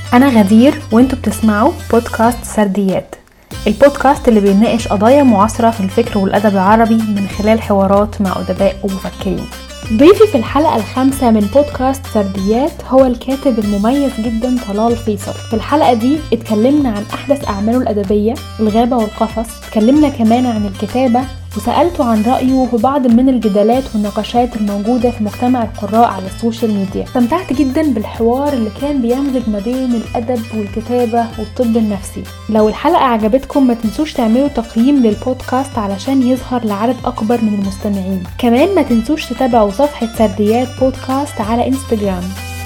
أنا غدير وانتوا بتسمعوا بودكاست سرديات، البودكاست اللي بيناقش قضايا معاصرة في الفكر والأدب العربي من خلال حوارات مع أدباء ومفكرين. ضيفي في الحلقة الخامسة من بودكاست سرديات هو الكاتب المميز جدا طلال فيصل. في الحلقة دي اتكلمنا عن أحدث أعماله الأدبية الغابة والقفص، اتكلمنا كمان عن الكتابة وسألته عن رأيه في بعض من الجدالات والنقاشات الموجودة في مجتمع القراء على السوشيال ميديا. استمتعت جدا بالحوار اللي كان بيمزج ما بين الأدب والكتابة والطب النفسي. لو الحلقة عجبتكم ما تنسوش تعملوا تقييم للبودكاست علشان يظهر لعدد أكبر من المستمعين. كمان ما تنسوش تتابعوا صفحة سرديات بودكاست على انستجرام.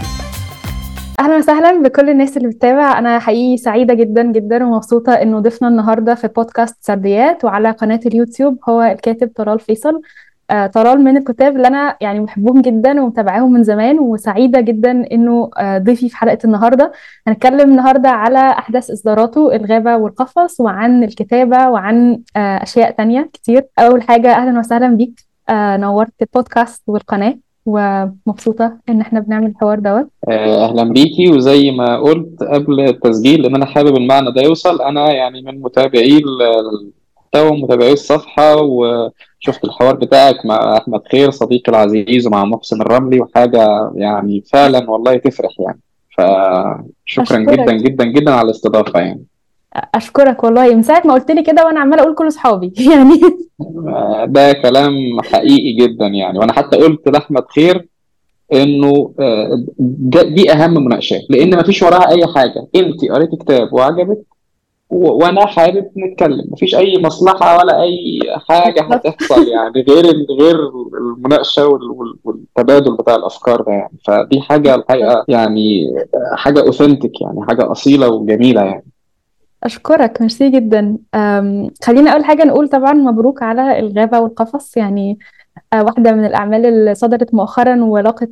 اهلا وسهلا بكل الناس اللي بتتابع. انا حقيقي سعيده جدا جدا ومبسوطه انه ضيفنا النهارده في بودكاست سرديات وعلى قناه اليوتيوب هو الكاتب طلال فيصل. طلال من الكتاب اللي انا بحبهم جدا ومتابعاهم من زمان، وسعيده جدا انه ضيفي في حلقه النهارده. هنتكلم النهارده على احدث اصداراته الغابه والقفص وعن الكتابه وعن اشياء تانية كتير. اول حاجه اهلا وسهلا بيك، نورت البودكاست والقناه ومبسوطه ان احنا بنعمل الحوار دوت. اهلا بيكي. وزي ما قلت قبل التسجيل ان انا حابب المعنى ده يوصل. انا يعني من متابعي المحتوى، متابعي الصفحه، وشفت الحوار بتاعك مع احمد خير صديقي العزيز ومع محسن الرملي، وحاجه يعني فعلا والله تفرح يعني. فشكرا جدا اشكرك جدا جدا على الاستضافه يعني. اشكرك والله، من ساعه ما قلت لي كده وانا عماله اقول كل اصحابي يعني. ده كلام حقيقي جدا يعني. وانا حتى قلت لاحمد خير انه دي اهم مناقشات، لان مفيش وراها اي حاجه. انت قريتي كتاب وعجبك وانا حابب نتكلم، مفيش اي مصلحه ولا اي حاجه بالظبط. هتحصل يعني غير المناقشه والتبادل بتاع الافكار ده يعني. فدي حاجه الحقيقه يعني، حاجه اوثنتيك يعني، حاجه اصيله وجميله يعني. اشكرك ميرسي جدا. خلينا اول حاجه نقول طبعا مبروك على الغابه والقفص، واحده من الاعمال اللي صدرت مؤخرا ولاقت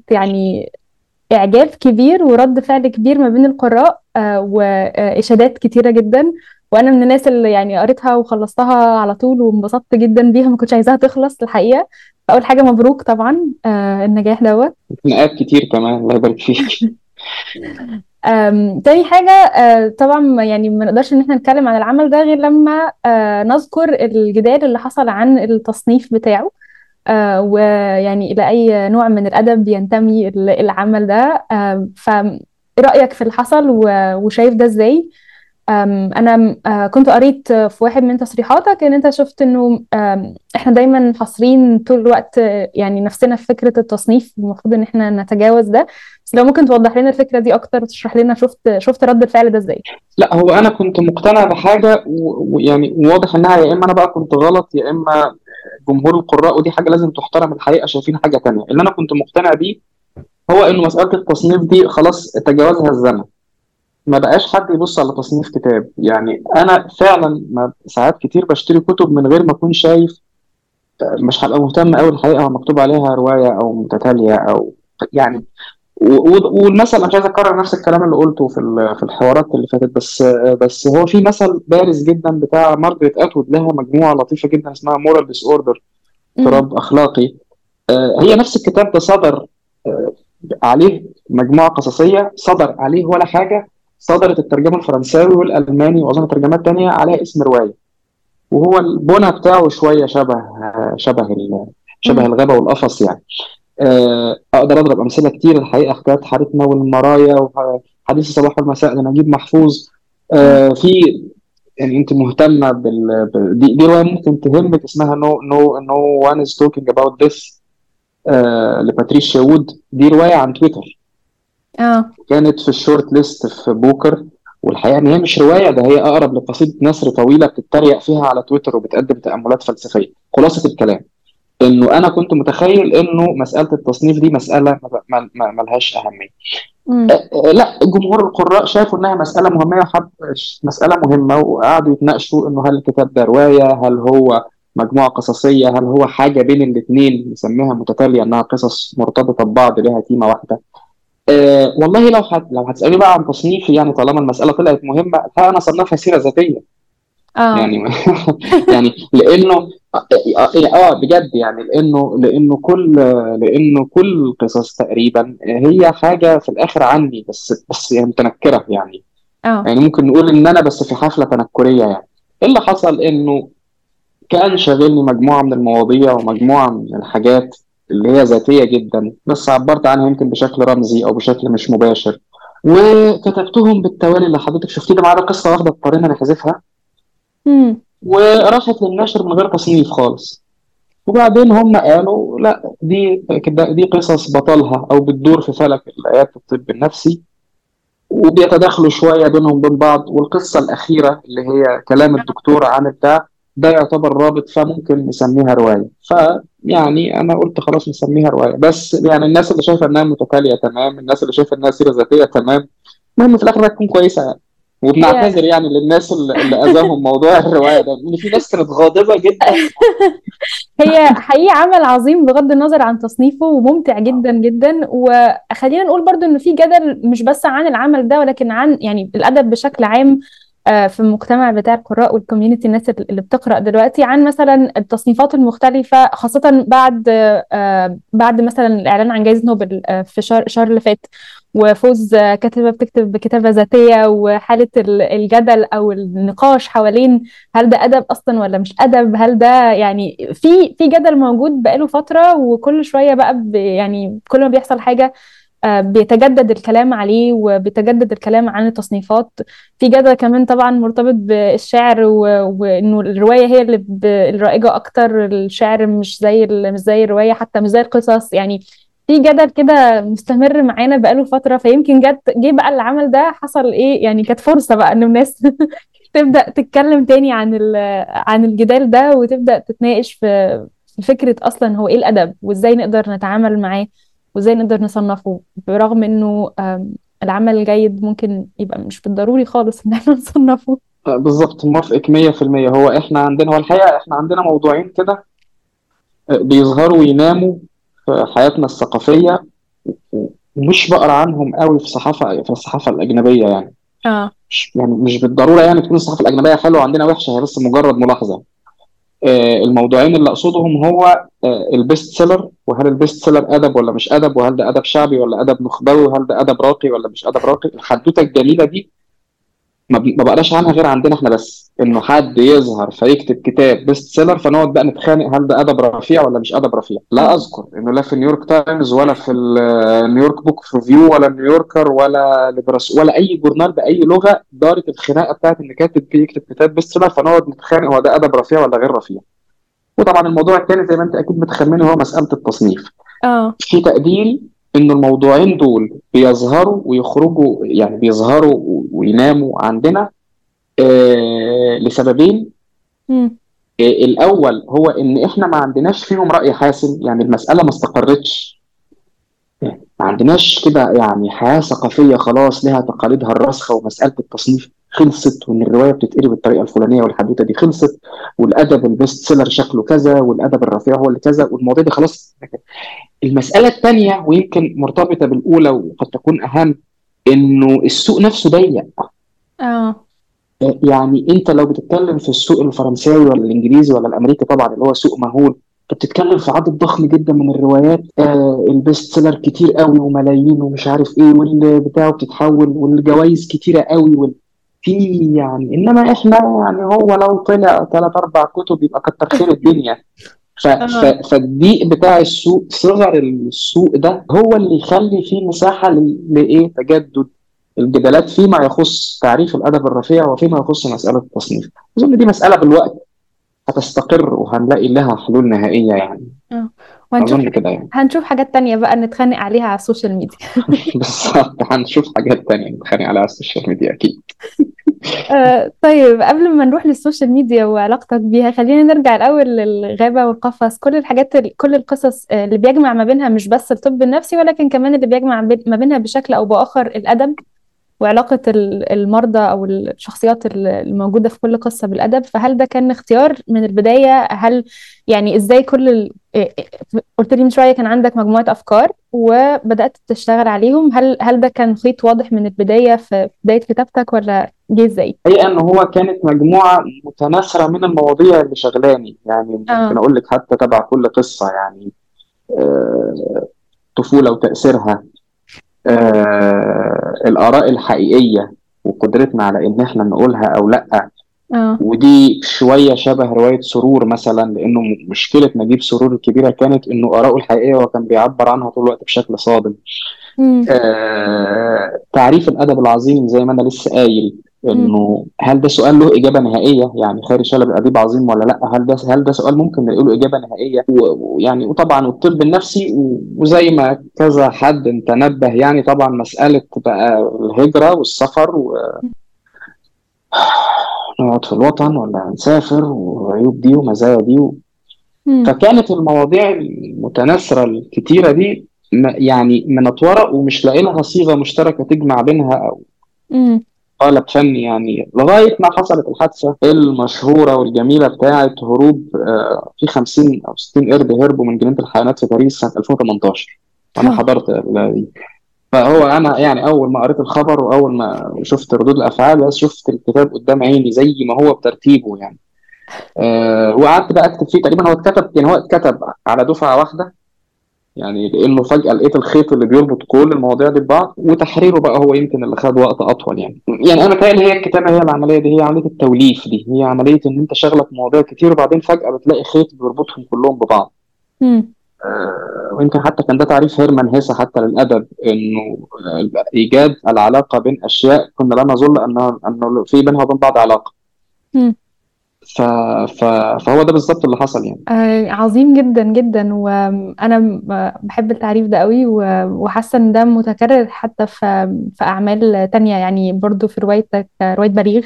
اعجاب كبير ورد فعل كبير ما بين القراء، واشادات كتيره جدا. وانا من الناس اللي قريتها وخلصتها على طول وانبسطت جدا بيها، ما كنتش عايزاها تخلص الحقيقه. فاول حاجه مبروك طبعا النجاح دوت. خناقات كتير كمان، الله يبارك فيك. تاني حاجة، طبعا ما نقدرش ان احنا نتكلم عن العمل ده غير لما نذكر الجدال اللي حصل عن التصنيف بتاعه، إلى أي نوع من الأدب ينتمي العمل ده. فرأيك في اللي حصل وشايف ده ازاي؟ أنا كنت قريت في واحد من تصريحاتك إن أنت شفت إنه إحنا دايما حاصرين طول الوقت نفسنا في فكرة التصنيف، المفروض إن إحنا نتجاوز ده. بس لو ممكن توضح لنا الفكرة دي أكتر وتشرح لنا شفت رد الفعل ده ازاي؟ لا، هو انا كنت مقتنع بحاجه ويعني واضح انها يا اما انا بقى كنت غلط يا اما جمهور القراء، ودي حاجه لازم تحترم الحقيقه، شايفين حاجه تانية. اللي انا كنت مقتنع بيه هو انه مساله التصنيف دي خلاص تجاوزها الزمن، ما بقاش حد يبص على تصنيف كتاب. يعني انا فعلا ما ساعات كتير بشتري كتب من غير ما اكون شايف، مش هبقى مهتم قوي الحقيقه هو مكتوب عليها روايه او متتاليه او يعني. والمثل انا مش عايز اكرر نفس الكلام اللي قلته في الحوارات اللي فاتت، بس هو في مثل بارز جدا بتاع مارجريت اتوود، لها مجموعه لطيفه جدا اسمها مورال ديس اوردر، امم. اضطراب اخلاقي. هي نفس الكتاب ده صدر عليه مجموعه قصصيه، صدر عليه ولا حاجه، صدرت الترجمه الفرنساوي والالماني واظن ترجمات تانية عليها اسم روايه. وهو البنى بتاعه شويه شبه امم. الغابه والقفص يعني. اقدر اضرب امثله كتير الحقيقه، حكايات حارتنا والمرايا وحديث الصباح والمساء لنجيب محفوظ. في يعني انت مهتمه دي روايه ممكن تهمك، اسمها نو وان از توكينج اباوت ذس، لباتريشيا وود. دي روايه عن تويتر، اه. كانت في الشورت ليست في بوكر. والحقيقه ان هي مش روايه، ده هي اقرب لقصيده نثر طويله بتتريق فيها على تويتر وبتقدم تاملات فلسفيه. خلاصه الكلام انه انا كنت متخيل انه مساله التصنيف دي مساله ملهاش اهميه. امم. لا، جمهور القراء شافوا انها مساله مهمه مساله مهمه، وقعدوا يتناقشوا انه هل الكتاب ده روايه، هل هو مجموعه قصصيه، هل هو حاجه بين الاثنين نسميها متتاليه، انها قصص مرتبطه ببعض لها تيمه واحده. والله لو هتسالني بقى عن تصنيفي يعني، طالما المساله طلعت مهمه، الحقيقه انا صنفها سيره ذاتيه اه. يعني. يعني لانه بجد يعني، لانه كل القصص تقريبا هي حاجه في الاخر عني، بس يعني متنكره يعني. اه. يعني ممكن نقول ان انا بس في حفله تنكريه يعني. إيه اللي حصل؟ انه كان شاغلني مجموعه من المواضيع ومجموعه من الحاجات اللي هي ذاتيه جدا، بس عبرت عنها يمكن بشكل رمزي او بشكل مش مباشر، وكتبتهم بالتوالي اللي حضرتك شفتيه ده. معانا قصه واحده اضطرينا نحذفها امم. وراحت للنشر من غير تصنيف خالص. وبعدين هم قالوا لا، دي قصص بطلها او بتدور في فلك الايات الطب النفسي، وبيتداخلوا شويه بينهم وبين بعض. والقصه الاخيره اللي هي كلام الدكتور عن بتاع ده يعتبر رابط، فممكن نسميها روايه. فيعني انا قلت خلاص نسميها روايه. بس يعني الناس اللي شايفه انها متتاليه تمام، الناس اللي شايفه انها سيره ذاتيه تمام، المهم في الاخر هتكون كويسه يعني. هي وبنعتذر يعني للناس اللي اذاهم موضوع الروايه ده، ان في ناس كانت غاضبه جدا. هي حقيقي عمل عظيم بغض النظر عن تصنيفه، وممتع جدا جدا. وخلينا نقول برضو انه في جدل مش بس عن العمل ده، ولكن عن يعني الادب بشكل عام في المجتمع بتاع القراء والكوميونتي، الناس اللي بتقرأ دلوقتي، عن مثلا التصنيفات المختلفة، خاصة بعد مثلا الإعلان عن جائزة نوبل في الشهر اللي فات، وفوز كاتبة بتكتب بكتابة ذاتية، وحالة الجدل أو النقاش حوالين هل ده أدب أصلا ولا مش أدب، هل ده يعني في جدل موجود بقاله فترة، وكل شوية بقى يعني كل ما بيحصل حاجة بيتجدد الكلام عليه، وبيتجدد الكلام عن التصنيفات. في جدل كمان طبعا مرتبط بالشعر، وإنه الرواية هي اللي الرائجة أكتر، الشعر مش زي الرواية، حتى مش زي القصص يعني. في جدل كده مستمر معانا بقاله فترة، فيمكن جه بقى العمل ده حصل إيه يعني، كانت فرصة بقى إن الناس تبدأ تتكلم تاني عن الجدال ده، وتبدأ تتناقش في فكرة أصلا هو إيه الأدب، وإزاي نقدر نتعامل معاه، وإزاي نقدر نصنفه، برغم إنه العمل الجيد ممكن يبقى مش بالضروري خالص إن احنا نصنفه. بالظبط، موافقك 100%. هو احنا عندنا، هو الحقيقه احنا عندنا موضوعين كده بيظهروا ويناموا في حياتنا الثقافيه، ومش بقرا عنهم قوي في الصحافه الاجنبيه يعني. اه. مش بالضروره يعني تكون الصحافه الاجنبيه حلوه عندنا وحشه، هي بس مجرد ملاحظه. الموضوعين اللي اقصدهم هو البيست سيلر، وهل البيست سيلر ادب ولا مش ادب، وهل ده ادب شعبي ولا ادب نخبوي، وهل ده ادب راقي ولا مش ادب راقي. الحدوته الجميله دي ما بقراش عنها غير عندنا احنا بس، انه حد يظهر فيكتب كتاب بيست سيلر فنقعد بقى نتخانق هل ده ادب رفيع ولا مش ادب رفيع. لا اه. اذكر انه لا في نيويورك تايمز ولا في النيويورك بوك ريفيو ولا نيويوركر ولا ليبرس ولا اي جورنال باي لغه دارت الخناقه بتاعت ان كاتب يكتب كتاب بيست سيلر فنقعد نتخانق هو ده ادب رفيع ولا غير رفيع. وطبعا الموضوع الثاني زي ما انت اكيد متخمنه هو مساله التصنيف. اه. في تقديري ان الموضوعين دول بيظهروا ويخرجوا، يعني بيظهروا ويناموا عندنا لسببين. مم. الاول هو ان احنا ما عندناش فيهم راي حاسم، يعني المساله ما استقرتش، ما عندناش كده يعني حياه ثقافيه خلاص لها تقاليدها الراسخه، ومساله التصنيف خلصت، وان الروايه بتتقري بالطريقه الفلانيه والحدوته دي خلصت، والادب البيست سيلر شكله كذا والادب الرفيع هو اللي كذا، والمواضيع دي خلاص. المساله الثانيه ويمكن مرتبطه بالاولى وقد تكون اهم، انه السوق نفسه ضيق. اه. يعني انت لو بتتكلم في السوق الفرنساوي ولا الانجليزي ولا الامريكي طبعا اللي هو سوق مهول، انت بتتكلم في عدد ضخم جدا من الروايات، البيست سيلر كتير قوي وملايين ومش عارف ايه واللي بتاعه بتتحول والجوائز كتيره قوي في يعني. انما احنا يعني هو لو طلع ثلاث اربع كتب يبقى كتر خير الدنيا. اه. فالضيق بتاع السوق، صغر السوق ده هو اللي يخلي فيه مساحه لايه تجدد الجدالات فيما يخص تعريف الادب الرفيع وفيما يخص مساله التصنيف. اظن دي مساله بالوقت هتستقر وهنلاقي لها حلول نهائيه يعني. اه. وهنشوف اظن كده يعني. هنشوف حاجات تانية بقى نتخانق عليها على السوشيال ميديا. بالظبط، هنشوف حاجات تانية نتخانق عليها على السوشيال ميديا اكيد. طيب، قبل ما نروح للسوشيال ميديا وعلاقتك بيها، خلينا نرجع الأول للغابة والقفص، كل الحاجات كل القصص اللي بيجمع ما بينها مش بس الطب النفسي، ولكن كمان اللي بيجمع ما بينها بشكل أو بآخر الأدب. وعلاقة المرضى أو الشخصيات الموجودة في كل قصة بالأدب، فهل ده كان اختيار من البداية؟ هل يعني إزاي قلت لي من شوية كان عندك مجموعة أفكار وبدأت تشتغل عليهم، هل ده كان خيط واضح من البداية في بداية كتابتك ولا جه إزاي؟ هي ان هو كانت مجموعه متناثره من المواضيع اللي شغلاني، يعني ممكن اه. اقول لك حتى تبع كل قصه، يعني آه، طفوله وتاثيرها، الاراء الحقيقيه وقدرتنا على ان احنا نقولها او لا. اه. ودي شويه شبه روايه سرور مثلا، لانه مشكله نجيب سرور الكبيره كانت انه اراءه الحقيقيه وكان بيعبر عنها طول الوقت بشكل صادم. امم. تعريف الادب العظيم زي ما انا لسه قايل، امم. انه هل ده سؤال له اجابه نهائيه؟ يعني خيري شلبي اديب عظيم ولا لا؟ هل ده سؤال ممكن نلاقي له اجابه نهائيه؟ ويعني وطبعا الطب النفسي، وزي ما كذا حد تنبه، يعني طبعا مساله بقى الهجره والسفر، ونقعد في الوطن ولا نسافر، وعيوب دي ومزايا دي امم. فكانت المواضيع المتناثره الكتيره دي يعني منطوره ومش لاقي لها صيغه مشتركه تجمع بينها، امم. قالب فني، يعني لغاية ما حصلت الحادثة المشهورة والجميلة بتاعة هروب في 50 أو 60 قرد هربوا من جنينة الحيوانات في باريس سنة 2018. وأنا اه. حضرت دي. فهو أنا يعني أول ما قريت الخبر وأول ما شفت ردود الأفعال، بس شفت الكتاب قدام عيني زي ما هو بترتيبه يعني. وقعدت بقى أكتب فيه. تقريبا هو اتكتب على دفعة واحدة، يعني لانه فجاه لقيت الخيط اللي بيربط كل المواضيع دي ببعض، وتحريره بقى هو يمكن اللي خد وقت اطول. يعني انا متهيألي هي الكتابه، هي العمليه دي، هي عمليه التوليف دي، هي عمليه ان انت شغلك مواضيع كتير وبعدين فجاه بتلاقي خيط بيربطهم كلهم ببعض. امم. ويمكن حتى كان ده تعريف هيرمان هيسه حتى للادب، انه ايجاد العلاقه بين اشياء كنا لا نظن انه في بينها وبين بعض علاقه. امم. ف... ف... فهو ده بالظبط اللي حصل يعني. عظيم جدا جدا، وانا بحب التعريف ده قوي، وحاسه ان ده متكرر حتى في اعمال تانية، يعني برضو في روايتك، روايه بليغ.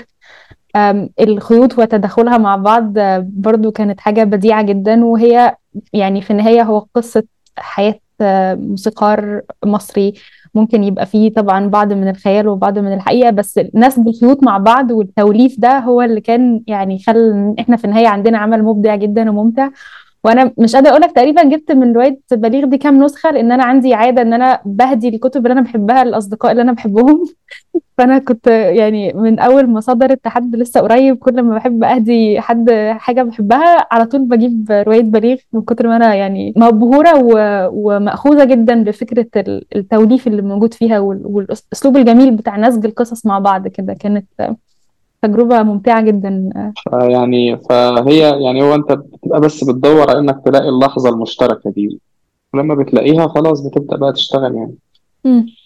الخيوط وتداخلها مع بعض برضو كانت حاجه بديعه جدا، وهي يعني في النهايه هو قصه حياه موسيقار مصري. ممكن يبقى فيه طبعا بعض من الخيال وبعض من الحقيقه، بس نسب الخيوط مع بعض والتوليف ده هو اللي كان يعني خلى إن احنا في النهايه عندنا عمل مبدع جدا وممتع. وانا مش قادره اقول لك تقريبا جبت من روايه بليغ دي كام نسخه، لان انا عندي عاده ان انا بهدي الكتب اللي انا بحبها للاصدقاء اللي انا بحبهم. فانا كنت يعني من اول ما صدرت لحد لسه قريب كل ما بحب اهدي حد حاجه بحبها على طول بجيب روايه بليغ، من كتر ما انا يعني مبهوره ومأخوذه جدا بفكره التوليف اللي موجود فيها والاسلوب الجميل بتاع نسج القصص مع بعض كده. كانت تجربه ممتعه جدا. فهي يعني هو انت بتبقى بس بتدور على انك تلاقي اللحظه المشتركه دي، ولما بتلاقيها خلاص بتبدأ بقى تشتغل يعني. مم.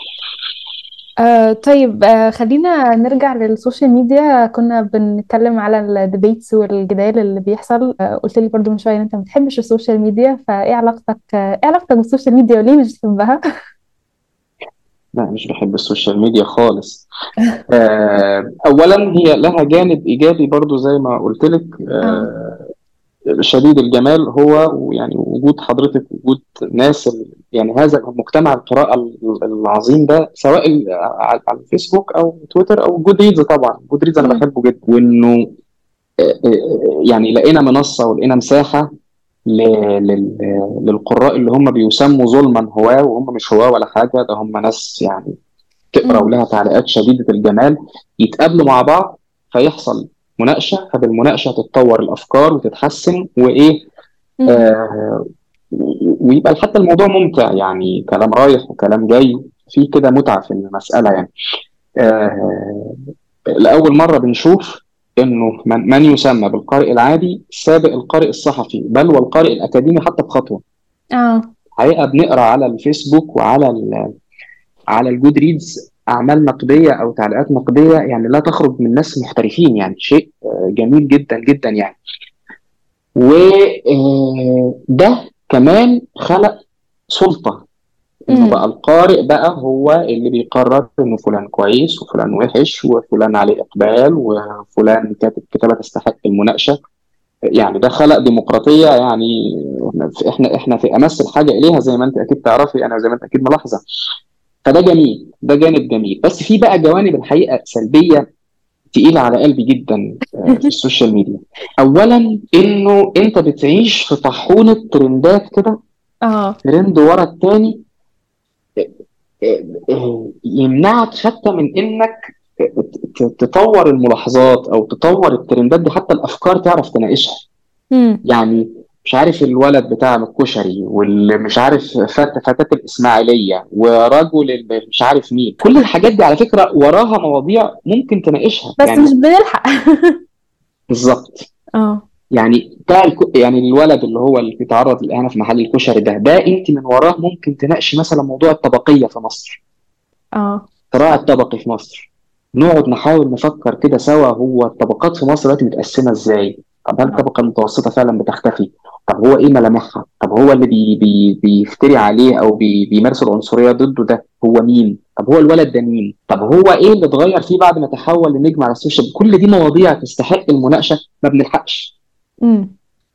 طيب، خلينا نرجع للسوشيال ميديا. كنا بنتكلم على الديبيتس والجدال اللي بيحصل. قلت لي برضو من شوية ان انت ما بتحبش السوشيال ميديا، فايه علاقتك ايه علاقتك بالسوشيال ميديا وليه مش بتحبها؟ لا، مش بحب السوشيال ميديا خالص. أولا هي لها جانب إيجابي برضو زي ما قلت لك. اه. شديد الجمال هو يعني وجود حضرتك، وجود ناس يعني هذا المجتمع القراءة العظيم ده، سواء على الفيسبوك أو تويتر أو جود ريدز. طبعا جود ريدز أنا مم. بحبه جدا، وإنه يعني لقينا منصة ولقينا مساحة للقراء اللي هم بيسموا ظلما هواة، وهم مش هواة ولا حاجة، ده هم ناس يعني تقرا مم. ولها تعليقات شديده الجمال، يتقابلوا مع بعض فيحصل مناقشه، فبالمناقشه تتطور الافكار وتتحسن وايه. مم. آه ويبقى حتى الموضوع ممتع، يعني كلام رايح وكلام جاي، في كده متعه في المساله يعني. آه لاول مره بنشوف انه من يسمى بالقارئ العادي سابق القارئ الصحفي، بل والقارئ الاكاديمي حتى بخطوه. اه. حقيقه بنقرا على الفيسبوك وعلى على الجود ريدز اعمال نقديه او تعليقات نقديه يعني لا تخرج من ناس محترفين، يعني شيء جميل جدا جدا يعني. وده كمان خلق سلطه، انه مم. بقى القارئ بقى هو اللي بيقرر انه فلان كويس وفلان وحش، وفلان عليه اقبال وفلان كاتب كتابه تستحق المناقشه. يعني ده خلق ديمقراطيه يعني. احنا في امس الحاجه اليها، زي ما انت اكيد تعرفي، انا زي ما انت اكيد ملاحظه. فده جميل، ده جانب جميل. بس في بقى جوانب الحقيقه سلبيه تقيله على قلبي جدا في السوشيال ميديا. اولا انه انت بتعيش في طاحونه ترندات كده، اه. ترند ورا التاني، يمنعك حتى من انك تطور الملاحظات او تطور الترندات دي، حتى الافكار تعرف تناقشها. امم. يعني مش عارف الولد بتاع الكشري، واللي مش عارف فتاة الإسماعيلية، ورجل مش عارف مين، كل الحاجات دي على فكرة وراها مواضيع ممكن تناقشها بس مش يعني. بنلحق. بالظبط. اه. يعني يعني الولد اللي هو اللي بيتعرض للإهانة في محل الكشري ده انت من وراه ممكن تناقشي مثلا موضوع الطبقية في مصر، اه. الصراع الطبقي في مصر. نقعد نحاول نفكر كده سوا، هو الطبقات في مصر دلوقتي متقسمة ازاي؟ طب هل اه. الطبقة المتوسطة فعلا بتختفي؟ طب هو ايه ملامحها؟ طب هو اللي بيفتري عليه او بيمارس العنصرية ضده ده هو مين؟ طب هو الولد ده مين؟ طب هو ايه اللي اتغير فيه بعد ما تحول لنجم على السوشيال؟ كل دي مواضيع تستحق المناقشة، ما بنلحقش. امم.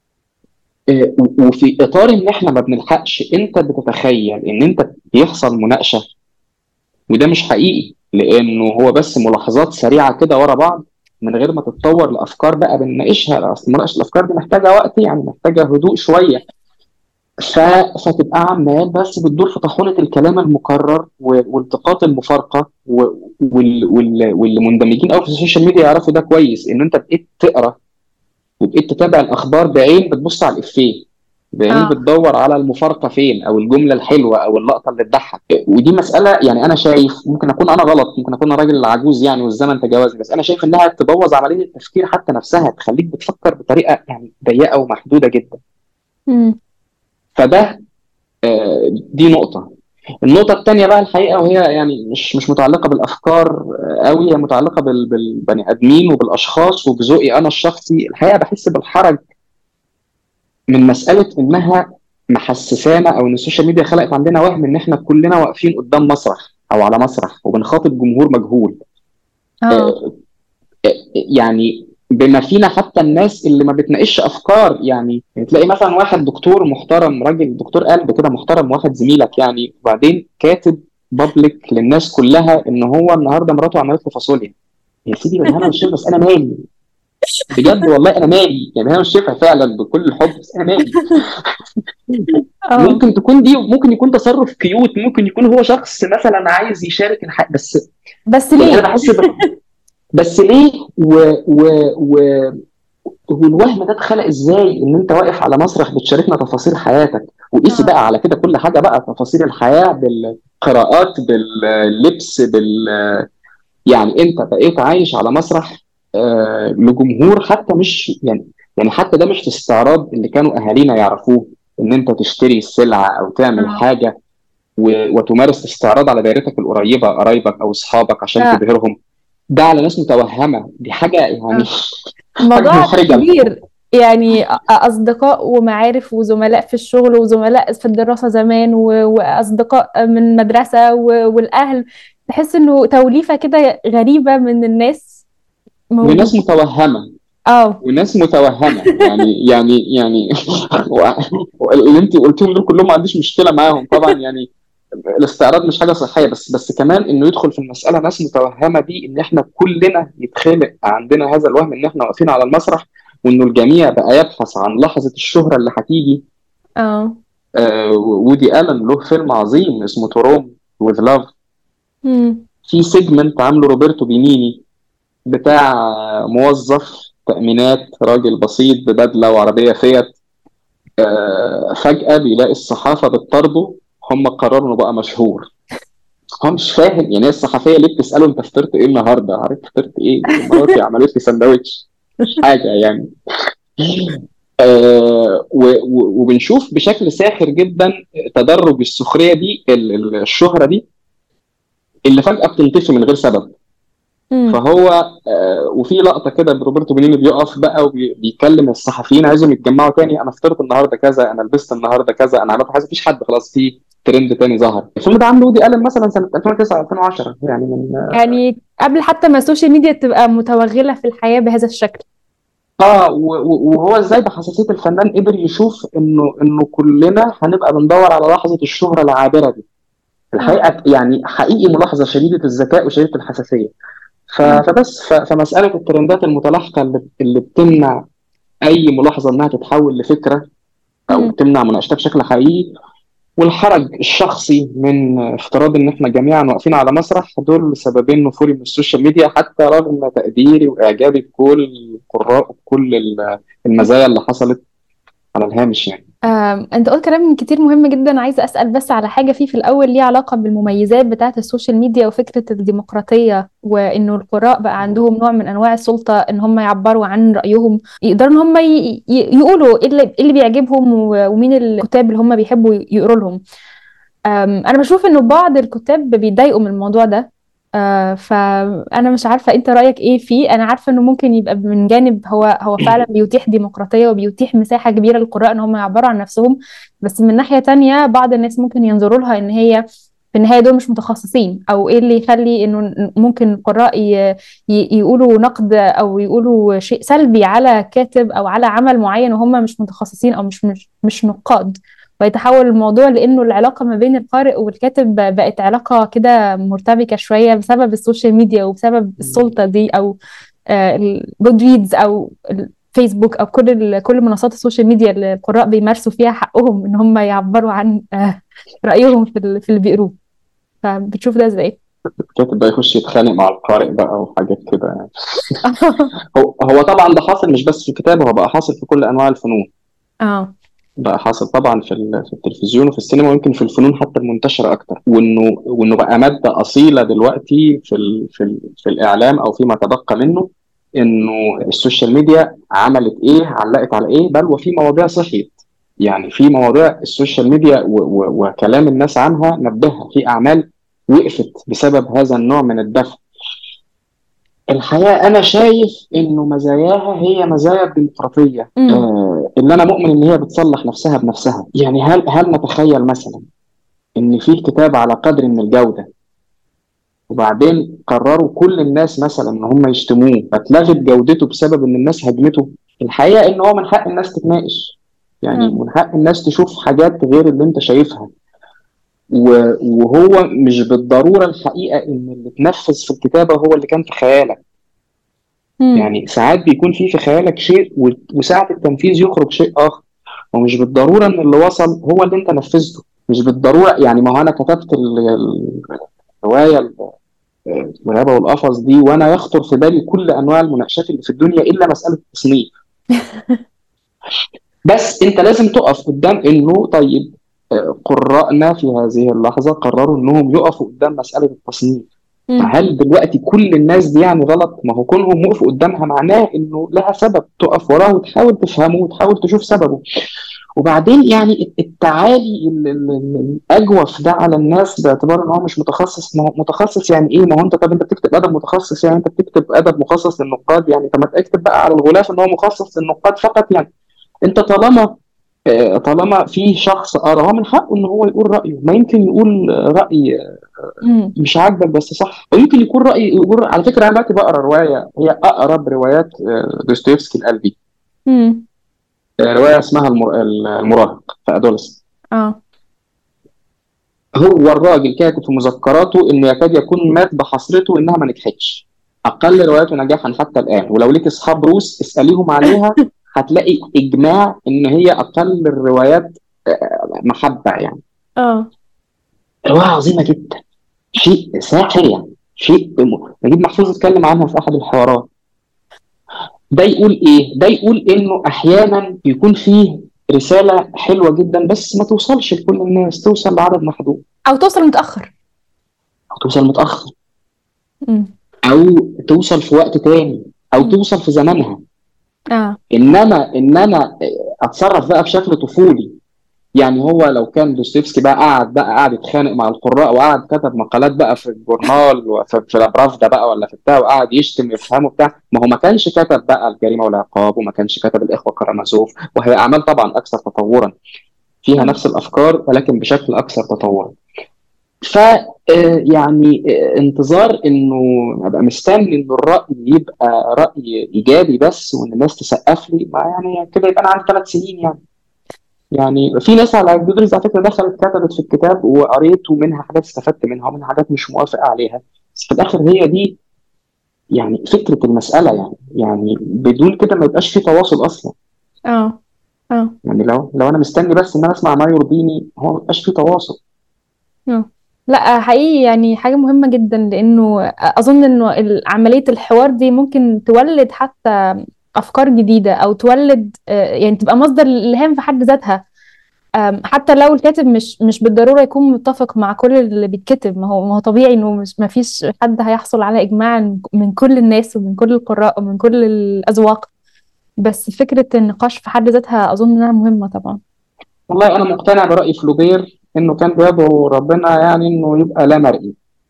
وفي اطار ان احنا ما بنلحقش، انت بتتخيل ان انت بيحصل مناقشة، وده مش حقيقي، لانه هو بس ملاحظات سريعه كده ورا بعض من غير ما تتطور لافكار بقى بنناقشها. اصل مناقشه الافكار دي محتاجه وقت، يعني محتاجه هدوء شويه. فتبقى عمال بس بتدور في طاحونه الكلام المكرر والتقاط المفارقه واللي مندمجين قوي في السوشيال ميديا يعرفوا ده كويس، ان انت بقيت تقرا وبقيت تتابع الاخبار بعين بتبص على الافيه، بعدين اه. بتدور على المفارقه فين او الجمله الحلوه او اللقطه اللي تضحك. ودي مساله يعني انا شايف، ممكن اكون انا غلط، ممكن اكون أنا راجل عجوز يعني والزمن تجاوزني، بس انا شايف انها تبوظ عمليه التفكير حتى نفسها، تخليك بتفكر بطريقه يعني ضيقه ومحدوده جدا. امم. فده دي نقطه. النقطه الثانيه بقى الحقيقه، وهي يعني مش متعلقه بالافكار قوي، هي متعلقه بالبني ادمين وبالاشخاص وبذوقي انا الشخصي. الحقيقه بحس بالحرج من مساله انها محسسانا، او ان السوشيال ميديا خلقت عندنا وهم ان احنا كلنا واقفين قدام مسرح او على مسرح وبنخاطب جمهور مجهول. اه. آه، يعني بما فينا حتى الناس اللي ما بتناقش افكار، يعني تلاقي مثلا واحد دكتور محترم، راجل دكتور قلب كده محترم، واحد زميلك يعني، وبعدين كاتب بابليك للناس كلها ان هو النهارده مراته عملت له فاصوليا. يا سيدي بالهنا والشفا، بس انا مالي؟ بجد والله انا مالي، يعني بالهنا والشفا فعلا بكل الحب، بس انا مالي؟ اه. ممكن تكون دي، ممكن يكون تصرف كيوت، ممكن يكون هو شخص مثلا عايز يشارك الحق، بس بس يعني انا ليه؟ بحس بس ليه و... والوهم ده اتخلق ازاي ان انت واقف على مسرح بتشاركنا تفاصيل حياتك؟ وقيسي اه. بقى على كده كل حاجه بقى، تفاصيل الحياه بالقراءات باللبس يعني انت بقيت عايش على مسرح لجمهور حتى مش يعني، يعني حتى ده مش في استعراض اللي كانوا اهالينا يعرفوه، ان انت تشتري السلعه او تعمل اه. حاجه وتمارس استعراض على دائرتك القريبه، قرايبك او اصحابك عشان لا. تبهرهم. ده على ناس متوهمه، دي حاجه يعني اه. حاجه الموضوع محرجه الحقيقه. كبير. يعني أصدقاء ومعارف وزملاء في الشغل وزملاء في الدراسة زمان وأصدقاء من مدرسة والأهل. تحس إنه توليفة كده غريبة من الناس وناس موجودة. متوهمه، اه. وناس متوهمه يعني اللي انت قلتهم دول كلهم ما عنديش مشكله معاهم طبعا يعني. الاستعراض مش حاجه صحيه، بس كمان انه يدخل في المساله ناس متوهمه دي، ان احنا كلنا يتخلق عندنا هذا الوهم ان احنا واقفين على المسرح، وانه الجميع بقى يبحث عن لحظه الشهره اللي هتيجي. اه. وودي الن له فيلم عظيم اسمه توروم وذ لاف، مم. في سيجمنت عامله روبرتو بينيني بتاع موظف تأمينات، راجل بسيط ببدلة وعربية فيات، فجأة بيلاقي الصحافة بتطارده، هم قرروا انه بقى مشهور. هو مش فاهم يعني ايه الصحفيه ليه بتساله انت فطرت ايه النهارده؟ عارف فطرت ايه؟ مراتي عملت لي سندوتش، مش حاجه يعني. وبنشوف بشكل ساخر جدا تدرج السخريه دي، الشهره دي اللي فجاه بتنطفي من غير سبب. مم. فهو وفي لقطه كده روبرتو بينيني بيقف بقى وبيكلم الصحفيين، عايزهم يتجمعوا تاني، انا فطرت النهارده كذا، انا لبست النهارده كذا، انا عملت حاجه، مفيش حد، خلاص في ترند تاني ظهر. الفيلم ده عامله ودي ألن مثلا سنه 2009 2010 يعني من يعني قبل حتى ما السوشيال ميديا تبقى متوغلة في الحياة بهذا الشكل. وهو ازاي بحساسيه الفنان قدر يشوف انه كلنا هنبقى بندور على لحظه الشهره العابره دي. الحقيقه يعني حقيقي ملاحظه شديده الذكاء وشديده الحساسيه. فمساله الترندات المتلاحقه اللي بتمنع اي ملاحظه انها تتحول لفكره او مم. تمنع مناقشتها بشكل حقيقي، والحرج الشخصي من افتراض ان احنا جميعا واقفين على مسرح، دول سببين نفوري من السوشيال ميديا، حتى رغم تقديري واعجابي بكل القراء وكل المزايا اللي حصلت على الهامش يعني. انت قلت كلام كتير مهم جدا. عايزه اسال بس على حاجه فيه في الاول ليها علاقه بالمميزات بتاعه السوشيال ميديا وفكره الديمقراطيه، وانه القراء بقى عندهم نوع من انواع السلطه ان هم يعبروا عن رايهم، يقدروا ان هم يقولوا إيه اللي بيعجبهم ومين الكتاب اللي هم بيحبوا يقروا لهم. انا بشوف انه بعض الكتاب بيتضايقوا من الموضوع ده. فانا مش عارفه انت رايك ايه فيه. انا عارفه انه ممكن يبقى من جانب هو فعلا بيتيح ديمقراطيه وبيتيح مساحه كبيره للقراء ان هم يعبروا عن نفسهم، بس من ناحيه تانية بعض الناس ممكن ينظروا لها ان هي في النهايه دول مش متخصصين، او ايه اللي يخلي انه ممكن القراء يقولوا نقد او يقولوا شيء سلبي على كاتب او على عمل معين وهم مش متخصصين او مش نقاد، ويتحول الموضوع لانه العلاقه ما بين القارئ والكاتب بقت علاقه كده مرتبكه شويه بسبب السوشيال ميديا وبسبب السلطه دي، او الجود ريدز او الفيسبوك او كل منصات السوشيال ميديا اللي القراء بيمارسوا فيها حقهم ان هم يعبروا عن رايهم في اللي بيقروه. فبتشوف ده ازاي؟ الكاتب بقى يخش يتخانق مع القارئ بقى وحاجات كده يعني. هو طبعا ده حاصل مش بس في الكتابه، هو بقى حاصل في كل انواع الفنون. اه. بقى حاصل طبعا في التلفزيون وفي السينما، ويمكن في الفنون حتى المنتشره اكتر، وانه بقى ماده اصيله دلوقتي في الاعلام او فيما تبقى منه، انه السوشيال ميديا عملت ايه، علقت على ايه، بل وفي مواضيع صحيت. يعني في مواضيع السوشيال ميديا وكلام الناس عنها نبهها، في اعمال وقفت بسبب هذا النوع من الدفع. الحقيقة أنا شايف إنه مزاياها هي مزايا الديمقراطية، امم. اللي أنا مؤمن إن هي بتصلح نفسها بنفسها. يعني هل نتخيل مثلا إن في كتاب على قدر من الجودة، وبعدين قرروا كل الناس مثلا إن هم يشتموه، فاتلغت جودته بسبب إن الناس هجمته؟ الحقيقة إن هو من حق الناس تتناقش، يعني اه. من حق الناس تشوف حاجات غير اللي أنت شايفها. وهو مش بالضرورة الحقيقة إن اللي اتنفذ في الكتابة هو اللي كان في خيالك. امم. يعني ساعات بيكون في خيالك شيء وساعة التنفيذ يخرج شيء آخر، ومش بالضرورة إن اللي وصل هو اللي أنت نفذته. مش بالضرورة يعني، ما هو أنا كتبت الرواية الغابة والقفص دي وأنا يخطر في بالي كل أنواع المناقشات اللي في الدنيا إلا مسألة التصنيف. بس أنت لازم تقف قدام إنه طيب، قراءنا في هذه اللحظة قرروا إنهم يقفوا قدام مسألة التصنيف. امم. فهل دلوقتي كل الناس دي يعني غلط؟ ما هو كونهم وقفوا قدامها معناه انه لها سبب تقف وراه وتحاول تفهمه وتحاول تشوف سببه. وبعدين يعني التعالي الاجوف ده على الناس باعتبار ان هو مش متخصص. ما هو متخصص يعني ايه؟ ما هو انت، طب انت بتكتب ادب متخصص يعني انت بتكتب ادب مخصص للنقاد يعني؟ طب ما تكتب بقى على الغلاف ان هو مخصص للنقاد فقط يعني. انت طالما في شخص قرا، هو من حقه ان هو يقول رايه. ما يمكن يقول راي امم. مش عاجبك بس صح، ويمكن يكون رأي على فكرة أنا دلوقتي بقرا رواية هي أقرب روايات دوستويفسكي لقلبي. امم. رواية اسمها المراهق في أدولس. اه. هو الراجل كاتب في مذكراته إنه يكاد يكون مات بحسرته إنها ما نجحتش. أقل رواياته نجاحا حتى الآن، ولو ليك أصحاب روس اسأليهم عليها هتلاقي إجماع إن هي أقل الروايات محبة يعني. اه. رواية عظيمة جدا، شيء ساحر يعني، شيء نجيب محفوظ اتكلم عنها في أحد الحوارات. ده يقول ايه؟ ده يقول انه احيانا بيكون فيه رساله حلوه جدا بس ما توصلش لكل الناس، توصل لعدد محدود، او توصل متاخر. او توصل متاخر، امم. او توصل في وقت تاني، او امم. توصل في زمانها. اه. انما اتصرف بقى بشكل طفولي. يعني هو لو كان دوستويفسكي بقى قاعد يتخانق مع القراء، وقعد كتب مقالات بقى في الجورنال وفي الابراف بقى ولا في بتاع، وقعد يشتم ويفهمه بتاع، ما هو ما كانش كتب بقى الجريمه والعقاب، وما كانش كتب الاخوه كرامازوف، وهي اعمال طبعا اكثر تطورا فيها اه. نفس الافكار ولكن بشكل اكثر تطورا. ف يعني انتظار انه ابقى مستني ان الراي يبقى راي ايجابي بس وان الناس تسقف لي، ما يعني كده يبقى انا عندي 3 سنين يعني. يعني في ناس على جودريز على فكره دخلت كتبت في الكتاب وقريت، ومنها حاجات استفدت منها ومنها حاجات مش موافق عليها، بس في الاخر هي دي يعني فكره المساله. يعني بدون كده ما يبقاش في تواصل اصلا. اه. اه. يعني لو انا مستني بس ان انا اسمع ما يرضيني، هو ما يبقاش في تواصل. اه. لا حقيقي يعني حاجة مهمة جدا، لأنه أظن إنه عملية الحوار دي ممكن تولد حتى أفكار جديدة، أو تولد يعني تبقى مصدر الإلهام في حد ذاتها. حتى لو الكاتب مش بالضرورة يكون متفق مع كل اللي بيتكتب. ما هو طبيعي إنه مش ما فيش حد هيحصل على إجماع من كل الناس ومن كل القراء ومن كل الأذواق. بس فكرة النقاش في حد ذاتها أظن إنها مهمة طبعا. والله انا مقتنع براي فلوبير انه كان بيدعو ربنا يعني انه يبقى لا مرئي،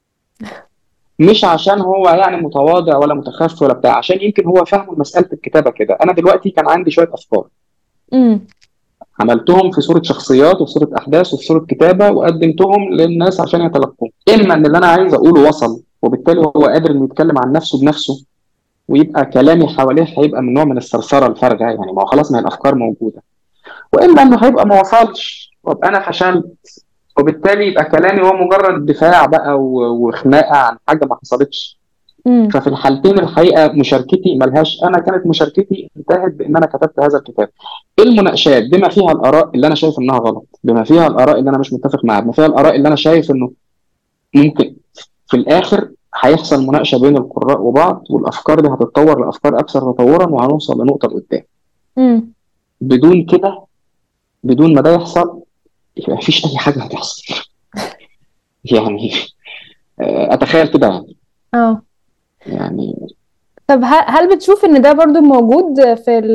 مش عشان هو يعني متواضع ولا متخفي ولا بتاع، عشان يمكن هو فاهم مساله الكتابه كده. انا دلوقتي كان عندي شويه افكار، امم. عملتهم في صورة شخصيات وفي صورة أحداث وفي صورة كتابة وقدمتهم للناس عشان يتلقوهم. إما إن اللي أنا عايز أقوله وصل وبالتالي هو قادر إنه يتكلم عن نفسه بنفسه، ويبقى كلامي حواليه هيبقى من نوع من الثرثرة الفارغة، يعني ما هو خلاص ما هي الأفكار موجودة. وإما إنه هيبقى ما وصلش وأبقى أنا فشلت، وبالتالي يبقى كلامي هو مجرد دفاع بقى وخناقة عن حاجة ما حصلتش. امم. ففي الحالتين الحقيقه مشاركتي ملهاش، انا كانت مشاركتي انتهت بان انا كتبت هذا الكتاب. المناقشات بما فيها الاراء اللي انا شايف انها غلط، بما فيها الاراء اللي انا مش متفق معاها، بما فيها الاراء اللي انا شايف انه ممكن في الاخر هيحصل مناقشه بين القراء وبعض، والافكار دي هتتطور لافكار اكثر تطورا وهنوصل لنقطه لقدام. امم. بدون كده، بدون ما ده يحصل، مفيش اي حاجه هتحصل. يعني اتخيل كده يعني. اه. يعني طب هل بتشوف ان ده برضو موجود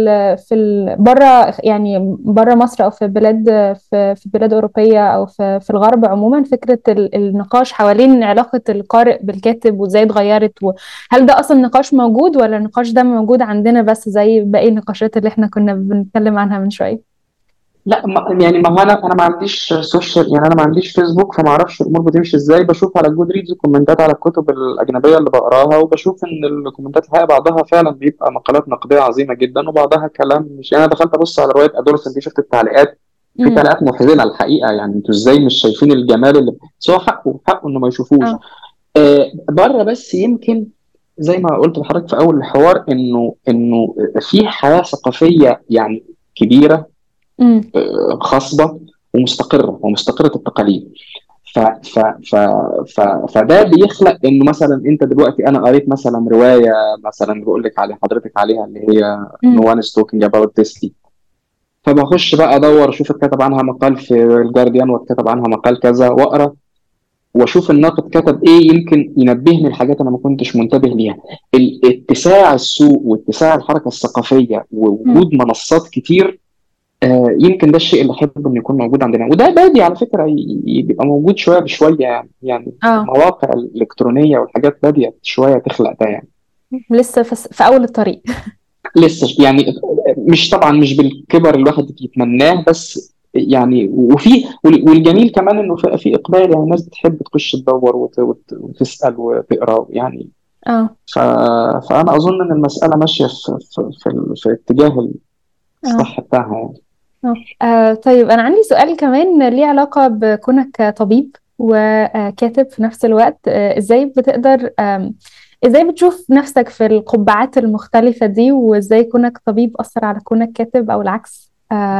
في بره، يعني بره مصر، او في بلاد، في بلاد اوروبيه، او في الغرب عموما، فكره النقاش حوالين علاقه القارئ بالكاتب وازاي اتغيرت؟ وهل ده اصلا نقاش موجود، ولا النقاش ده موجود عندنا بس زي باقي النقاشات اللي احنا كنا بنتكلم عنها من شويه؟ لا يعني ما هو انا ما عنديش سوشيال، يعني انا ما عنديش فيسبوك، فما اعرفش الامور بتمشي ازاي. بشوف على جود ريدز كومنتات على الكتب الاجنبيه اللي بقراها، وبشوف ان الكومنتات الحقيقه بعضها فعلا بيبقى مقالات نقديه عظيمه جدا، وبعضها كلام مش يعني. انا دخلت ابص على روايه ادولسن دي، شفت التعليقات، في امم. تعليقات محزنه الحقيقه. يعني انتوا ازاي مش شايفين الجمال اللي بس هو حقه انه ما يشوفوش. اه. بره بس يمكن زي ما قلت لحضرتك في اول الحوار انه في حياه ثقافيه يعني كبيره، امم. خصبه ومستقره التقاليد. ف ف ف ف فده بيخلق انه مثلا انت دلوقتي انا قريت مثلا روايه مثلا بقول لك على حضرتك عليها اللي هي نو امم. وان از توكينج اباوت ذس، فبخش بقى ادور اشوف اتكتب عنها مقال في الجارديان واتكتب عنها مقال كذا، واقرا واشوف الناقد كتب ايه يمكن ينبهني لحاجات انا ما كنتش منتبه ليها. اتساع السوق واتساع الحركه الثقافيه ووجود منصات كتير، يمكن ده الشيء اللي احب انه يكون موجود عندنا، وده بادي على فكره يبقى موجود شويه بشويه يعني اه. المواقع الالكترونيه والحاجات باديه شويه تخلق ده يعني. لسه في اول الطريق. لسه يعني، مش طبعا مش بالكبر الواحد يتمناه، بس يعني والجميل كمان انه في اقبال، يعني الناس بتحب تخش تدور وتسال وتقرا يعني. اه. ف... فانا اظن ان المساله ماشيه في الاتجاه اه. الصح بتاعها يعني. طيب أنا عندي سؤال كمان ليه علاقة بكونك طبيب وكاتب في نفس الوقت. إزاي بتقدر إزاي بتشوف نفسك في القبعات المختلفة دي، وإزاي كونك طبيب أثر على كونك كاتب أو العكس؟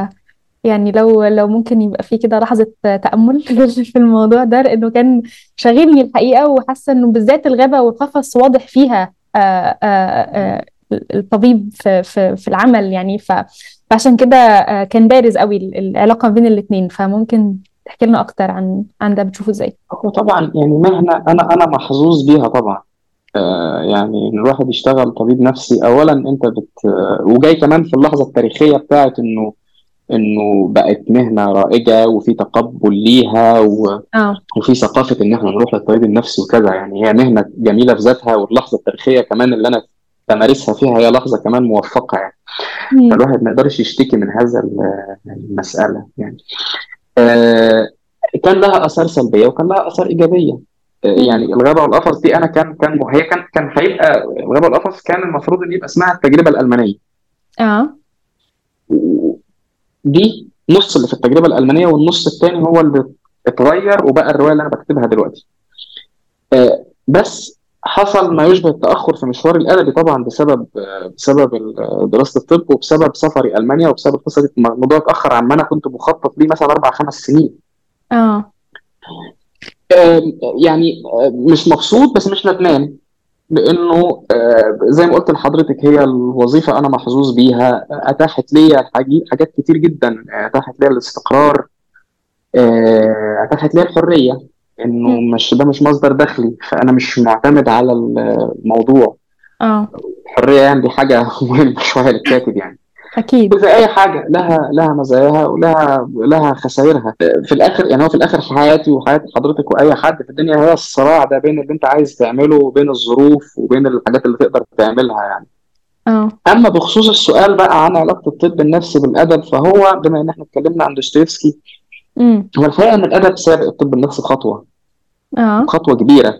يعني لو ممكن يبقى في كده لحظة تأمل في الموضوع ده، لأنه كان شاغلني الحقيقة، وحاسة إنه بالذات الغابة والقفص واضح فيها الطبيب في العمل يعني. فعشان كده كان بارز قوي العلاقة بين الاتنين. فممكن تحكي لنا أكتر عن ده، بتشوفه إزاي؟ هو طبعا يعني مهنه انا محظوظ بيها طبعا. يعني ان الواحد يشتغل طبيب نفسي، اولا انت وجاي كمان في اللحظه التاريخيه بتاعت انه بقت مهنه رائجه وفي تقبل ليها اه. وفي ثقافه ان احنا نروح للطبيب النفسي وكذا. يعني هي مهنه جميله في ذاتها، واللحظه التاريخيه كمان اللي انا بمارسها فيها هي لحظه كمان موفقه يعني. مم. فالواحد ما يقدرش يشتكي من هذا المساله يعني. آه، كان لها اثار سلبيه وكان لها اثار ايجابيه. مم. يعني الغابه والقفص دي انا هي كان هيبقى الغابه والقفص كان المفروض ان يبقى اسمها التجربه الالمانيه. اه. دي نص اللي في التجربه الالمانيه، والنص الثاني هو اللي اتغير وبقى الروايه اللي انا بكتبها دلوقتي. بس حصل ما يشبه التاخر في مشواري الادبي طبعا بسبب دراسه الطب، وبسبب سفري المانيا، وبسبب قصه الموضوع اتاخر عما انا كنت مخطط ليه مثلا 4 5 سنين. اه. يعني مش مبسوط بس مش ندمان، لانه زي ما قلت لحضرتك هي الوظيفه انا محظوظ بيها، اتاحت لي حاجات كتير جدا، اتاحت لي الاستقرار، اتاحت لي الحريه، انه مم. مش ده مش مصدر دخلي، فانا مش معتمد على الموضوع. اه. الحريه يعني دي حاجه مهمه شويه للكاتب يعني. اكيد. وزي اي حاجه لها مزاياها ولها خسائرها في الاخر. يعني هو في الاخر حياتي وحياه حضرتك واي حد في الدنيا هي الصراع ده بين اللي انت عايز تعمله وبين الظروف وبين الحاجات اللي تقدر تعملها يعني. اه. اما بخصوص السؤال بقى عن علاقه الطب النفسي بالادب، فهو بما ان احنا اتكلمنا عن دوستويفسكي، امم. هو الحقيقه ان الادب سابق الطب النفسي خطوه، اه. وخطوه كبيره.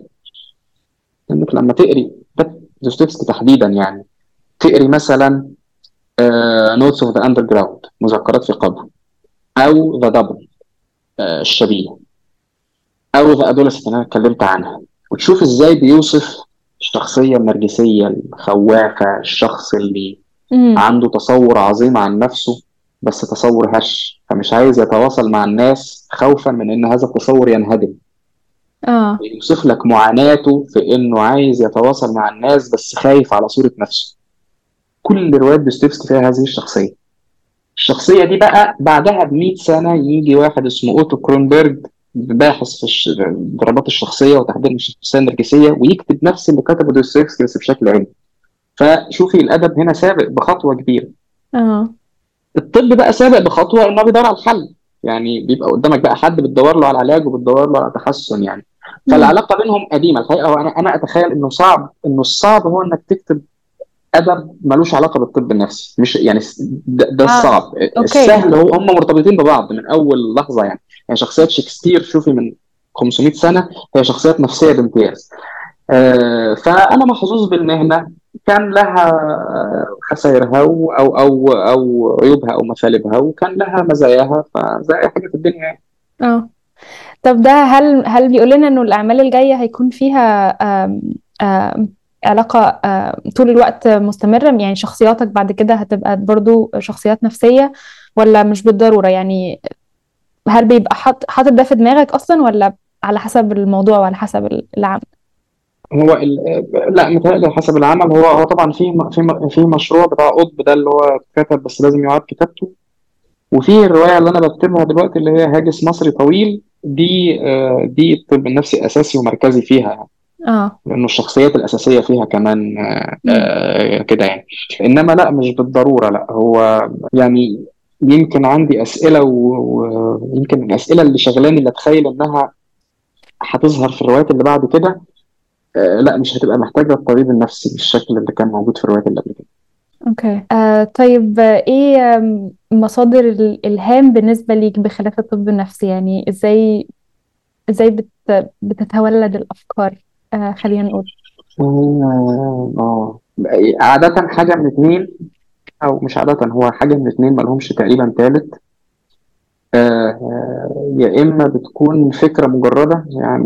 انك لما تقري دوستويفسكي تحديدا يعني، تقري مثلا نوتس اوف ذا اندر جراوند، مذكرات في قبر، او ذا دبل، الشبيه، او ذا ادولسنت اللي انا اتكلمت عنها، وتشوف ازاي بيوصف الشخصيه النرجسيه الخوافه، الشخص اللي امم. عنده تصور عظيم عن نفسه بس تصور هش، فمش عايز يتواصل مع الناس خوفا من ان هذا التصور ينهدم. اه. يوصف لك معاناته في انه عايز يتواصل مع الناس بس خايف على صورة نفسه. كل روايات دوستويفسكي فيها هذه الشخصية. الشخصية دي بقى بعدها ب100 سنة يجي واحد اسمه أوتو كرونبرج، باحث في اضطرابات الشخصية وتحديد الشخصية النرجسية، ويكتب نفس اللي كتبه دوستويفسكي بس بشكل علمي. فشوفي الأدب هنا سابق بخطوة كبيرة. اه. الطب بقى سابق بخطوه انه بيدور على الحل، يعني بيبقى قدامك بقى حد بتدور له على علاج وبتدور له على تحسن يعني. امم. فالعلاقه بينهم قديمه الحقيقه. وانا اتخيل انه صعب، انه الصعب هو انك تكتب ادب ملوش علاقه بالطب النفسي، مش يعني ده اه. الصعب. اوكي. السهل هو هم مرتبطين ببعض من اول لحظه يعني شخصيات شكسبير شوفي من 500 سنه هي شخصيات نفسيه بامتياز. فأنا محظوظ بالمهنة، كان لها خسائرها أو عيوبها أو مثالبها، وكان لها مزاياها فزي أي حاجة في الدنيا يعني. اه. طب ده هل بيقول لنا انه الاعمال الجايه هيكون فيها علاقه طول الوقت مستمره؟ يعني شخصياتك بعد كده هتبقى برضو شخصيات نفسيه، ولا مش بالضروره يعني؟ هل بيبقى حاطط ده في دماغك اصلا، ولا على حسب الموضوع وعلى حسب العمل؟ هو لا متهيألي حسب العمل. هو طبعا في مشروع بتاع قطب ده اللي هو اتكتب بس لازم يعاد كتابته. وفي الرواية اللي أنا بكتبها دلوقتي اللي هي هاجس مصري طويل، دي الطب النفسي أساسي ومركزي فيها يعني. اه. لأنه الشخصيات الأساسية فيها كمان امم. كده يعني. إنما لا مش بالضرورة، لا هو يعني يمكن عندي أسئلة ويمكن الأسئلة اللي شغلاني اللي أتخيل إنها هتظهر في الروايات اللي بعد كده لا مش هتبقى محتاجة الطبيب النفسي بالشكل اللي كان موجود في الروايات اللي قبل كده. اوكي. طيب، ايه مصادر الالهام بالنسبه ليك بخلاف الطب النفسي؟ يعني ازاي بتتولد الافكار؟ خلينا نقول. عادة حاجة من اتنين، أو مش عادة، هو حاجة من اتنين ملهمش تقريبا تالت. يا إما بتكون فكرة مجردة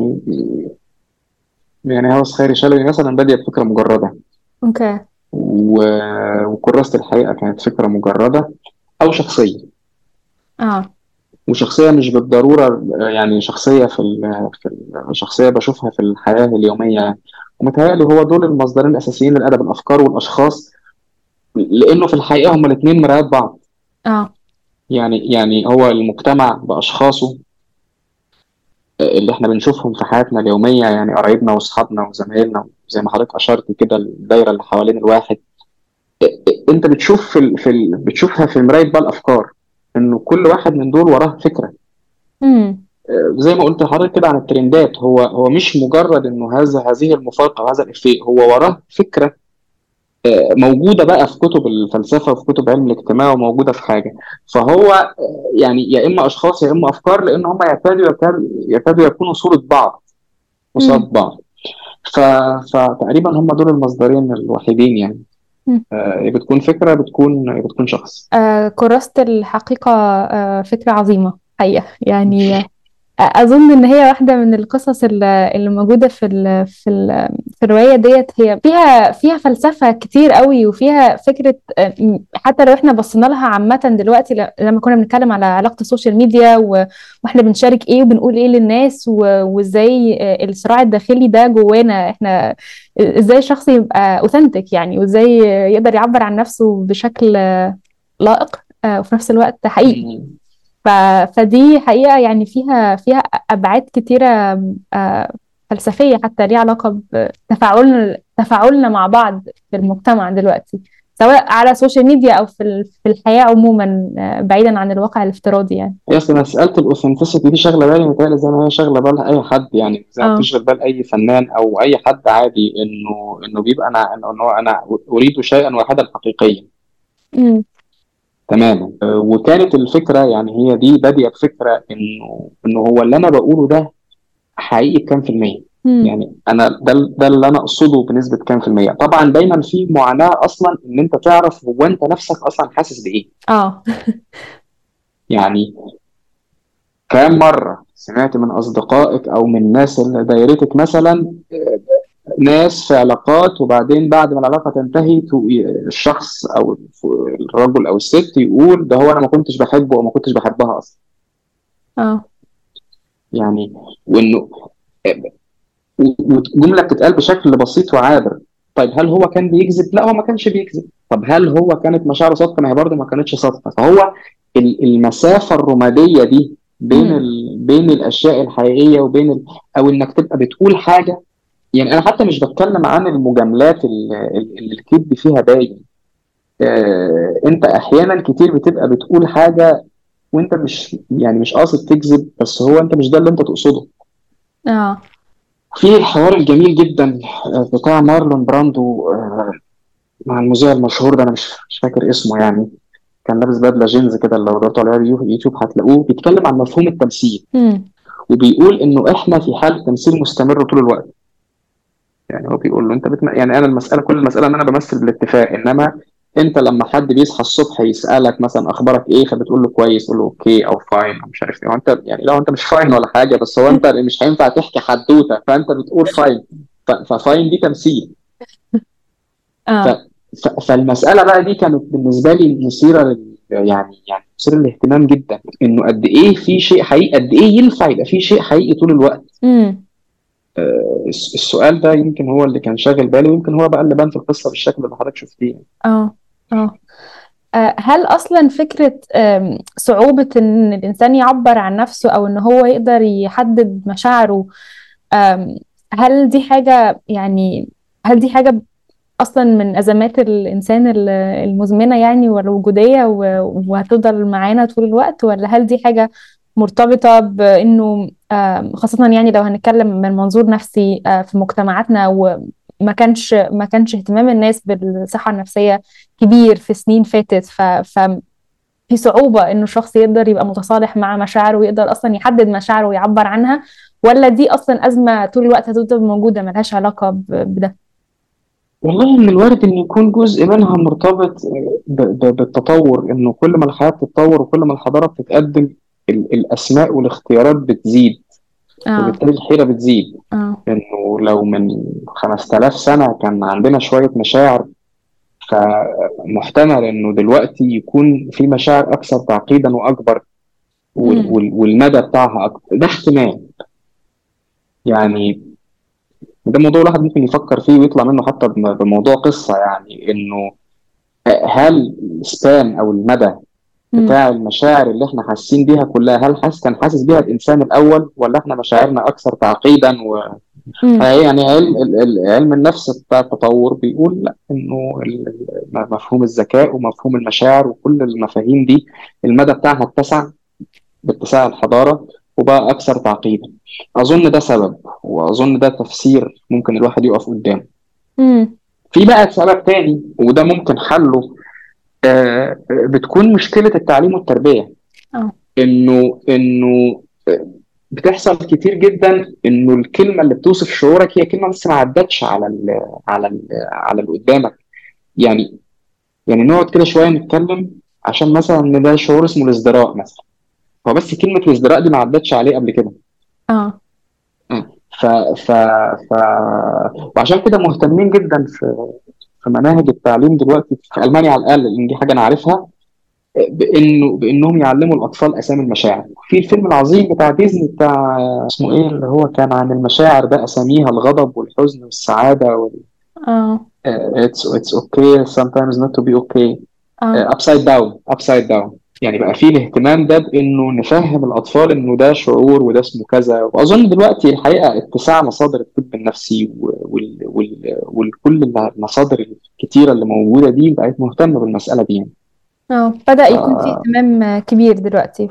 يعني هو خيري شلبي مثلا بادئ بفكرة مجردة، اوكي. وكراسة الحقيقة كانت فكرة مجردة، أو شخصية. اه. وشخصية مش بالضرورة يعني شخصية شخصية بشوفها في الحياة اليومية يعني. ومتهيألي هو دول المصدرين الأساسيين للأدب، الأفكار والأشخاص، لأنه في الحقيقة هما الاتنين مرايات بعض. اه. يعني هو المجتمع بأشخاصه اللي احنا بنشوفهم في حياتنا اليومية، يعني قرايبنا وأصحابنا وزمايلنا زي ما حضرتك أشرت كده، الدايرة اللي حوالين الواحد. انت بتشوف بتشوفها في مراية بقى الافكار، انه كل واحد من دول وراه فكره. امم. زي ما قلت لحضرتك كده عن الترندات، هو مش مجرد انه هذه المفارقه وهذا الافيه، هو وراه فكره موجوده بقى في كتب الفلسفه وفي كتب علم الاجتماع وموجوده في حاجه. فهو يعني يا اما اشخاص يا اما افكار، لان هم يكادوا يكونوا صوره بعض قصاد امم. بعض. فتقريبا هم دول المصدرين الوحيدين يعني. مم. بتكون فكرة، بتكون شخص. كراسة الحقيقة فكرة عظيمة حقيقة يعني. أظن إن هي واحدة من القصص اللي موجودة في الرواية ديت. هي فيها فلسفة كتير قوي، وفيها فكرة حتى لو إحنا بصينا لها عامة دلوقتي، لما كنا بنتكلم على علاقة السوشيال ميديا وإحنا بنشارك إيه وبنقول إيه للناس، وإزاي الصراع الداخلي ده جوانا إحنا، إزاي الشخص يبقى أوثنتك يعني، وإزاي يقدر يعبر عن نفسه بشكل لائق وفي نفس الوقت حقيقي. مم. ف... فدي حقيقة يعني فيها أبعاد كتيرة فلسفية، حتى ليها علاقة بتفاعلنا مع بعض في المجتمع دلوقتي، سواء على السوشيال ميديا أو في الحياة عموما، بعيدا عن الواقع الافتراضي يعني. هي أصل مسألة الأوثنتسيتي دي شغلة بالي متهيألي زي ما هي شغلة بال أي حد، يعني زي ما اه. بتشغل بال أي فنان أو أي حد عادي، إنه بيبقى أنا أريد شيئا واحدا حقيقيا امم. تماما. وكانت الفكرة يعني هي دي بادئة بفكرة إنه هو اللي أنا بقوله ده حقيقي بكام في المية. امم. يعني أنا ده اللي أنا أقصده بنسبة كام في المية. طبعا دايما في معاناة أصلا إن أنت تعرف هو أنت نفسك أصلا حاسس بإيه. اه. يعني كام مرة سمعت من أصدقائك أو من ناس اللي دايرتك مثلا، ناس في علاقات وبعدين بعد ما العلاقة تنتهي الشخص أو الرجل أو الست يقول ده هو أنا ما كنتش بحبه أو ما كنتش بحبها أصلا. اه. يعني وإنه وجملة بتتقال بشكل بسيط وعابر. طيب هل هو كان بيكذب؟ لا، هو ما كانش بيكذب. طب هل هو كانت مشاعره صادقة؟ ما هي برضه ما كانتش صادقة. فهو المسافة الرمادية دي امم. بين الأشياء الحقيقية أو إنك تبقى بتقول حاجة. يعني أنا حتى مش بتكلم عن المجاملات اللي الكذب فيها باين. أنت أحيانا كتير بتبقى بتقول حاجة وأنت مش قاصد تكذب، بس هو أنت مش ده اللي أنت تقصده. اه. في الحوار الجميل جدا بتاع مارلون براندو مع المذيع المشهور ده، انا مش فاكر اسمه يعني. كان لابس بدله جينز كده، لو دورتوا على يوتيوب هتلاقوه بيتكلم عن مفهوم التمثيل. امم. وبيقول انه احنا في حاله تمثيل مستمر طول الوقت. يعني هو بيقول له انت يعني انا كل المساله ان انا بمثل بالاتفاق. انما انت لما حد بيصحى الصبح يسالك مثلا اخبارك ايه، فبتقول له كويس، تقول له اوكي او فاين او مش عارف ايه. وانت يعني لو انت مش فاين ولا حاجه، بس هو انت مش هينفع تحكي حدوته فانت بتقول فاين. ففاين دي تمثيل. ف... اه. فالمساله بقى دي كانت بالنسبه لي مثيره يعني مثيره للاهتمام جدا. انه قد ايه في شيء حقيقي، قد ايه ينفع يبقى في شيء حقيقي طول الوقت. امم. السؤال ده يمكن هو اللي كان شاغل بالي، ويمكن هو بقى اللي بان في القصه بالشكل اللي حضرتك شفتيه. اه. اه. هل أصلا فكرة صعوبة إن الإنسان يعبر عن نفسه أو إن هو يقدر يحدد مشاعره، أم، هل دي حاجة يعني، هل دي حاجة أصلا من أزمات الإنسان المزمنة يعني والوجودية وهتفضل معانا طول الوقت، ولا هل دي حاجة مرتبطة بإنه خاصة يعني لو هنتكلم من منظور نفسي في مجتمعاتنا، وما كانش اهتمام الناس بالصحة النفسية كبير في سنين فاتت، ففي صعوبة إنه الشخص يقدر يبقى متصالح مع مشاعره ويقدر أصلا يحدد مشاعره ويعبر عنها، ولا دي أصلا أزمة طول الوقت هتفضل موجودة ملهاش علاقة بده؟ والله من الوارد ان يكون جزء منها مرتبط بالتطور. انه كل ما الحياه بتتطور وكل ما الحضاره بتتقدم الاسماء والاختيارات بتزيد، اه. وبالتالي الحيره بتزيد. اه. انه لو من 5000 سنه كان عندنا شويه مشاعر، فمحتمل انه دلوقتي يكون في مشاعر اكثر تعقيدا واكبر، امم. والمدى بتاعها اكبر. ده احتمال يعني. ده موضوع الواحد ممكن يفكر فيه ويطلع منه حتى بموضوع قصه. يعني انه هل السبان او المدى امم. بتاع المشاعر اللي احنا حاسين بيها كلها، هل كان حاسس بيها الانسان الاول، ولا احنا مشاعرنا اكثر تعقيدا امم. يعني علم النفس بتاع التطور بيقول لا، انه مفهوم الذكاء ومفهوم المشاعر وكل المفاهيم دي المدى بتاعها اتسع باتساع الحضارة وبقى أكثر تعقيدا. أظن ده سبب، وأظن ده تفسير ممكن الواحد يقف قدامه. امم. في بقى سبب تاني وده ممكن حله، بتكون مشكلة التعليم والتربية. اه. إنه بتحصل كتير جدا إنه الكلمة اللي بتوصف شعورك هي كلمة بس ما عدتش على اللي قدامك. يعني يعني نقعد كده شويه نتكلم، عشان مثلا ان ده شعور اسمه الازدراء مثلا. هو بس كلمه الازدراء دي ما عدتش عليه قبل كده. اه. ف ف ف وعشان كده مهتمين جدا في مناهج التعليم دلوقتي في المانيا على الاقل، لان دي حاجه انا عارفها، بانهم يعلموا الاطفال اسامي المشاعر. في الفيلم العظيم بتاع ديزني بتاع اسمه ايه، اللي هو كان عن المشاعر ده، اساميها الغضب والحزن والسعاده اه. it's okay sometimes not to be okay. اه. upside down. يعني بقى فيه الاهتمام ده بانه نفهم الاطفال انه ده شعور وده اسمه كذا. واظن دلوقتي الحقيقه اتساع مصادر الطب النفسي وكل المصادر الكتيره اللي موجوده دي بقت مهتمه بالمساله دي يعني. اه، بدأ يكون في ف اهتمام كبير دلوقتي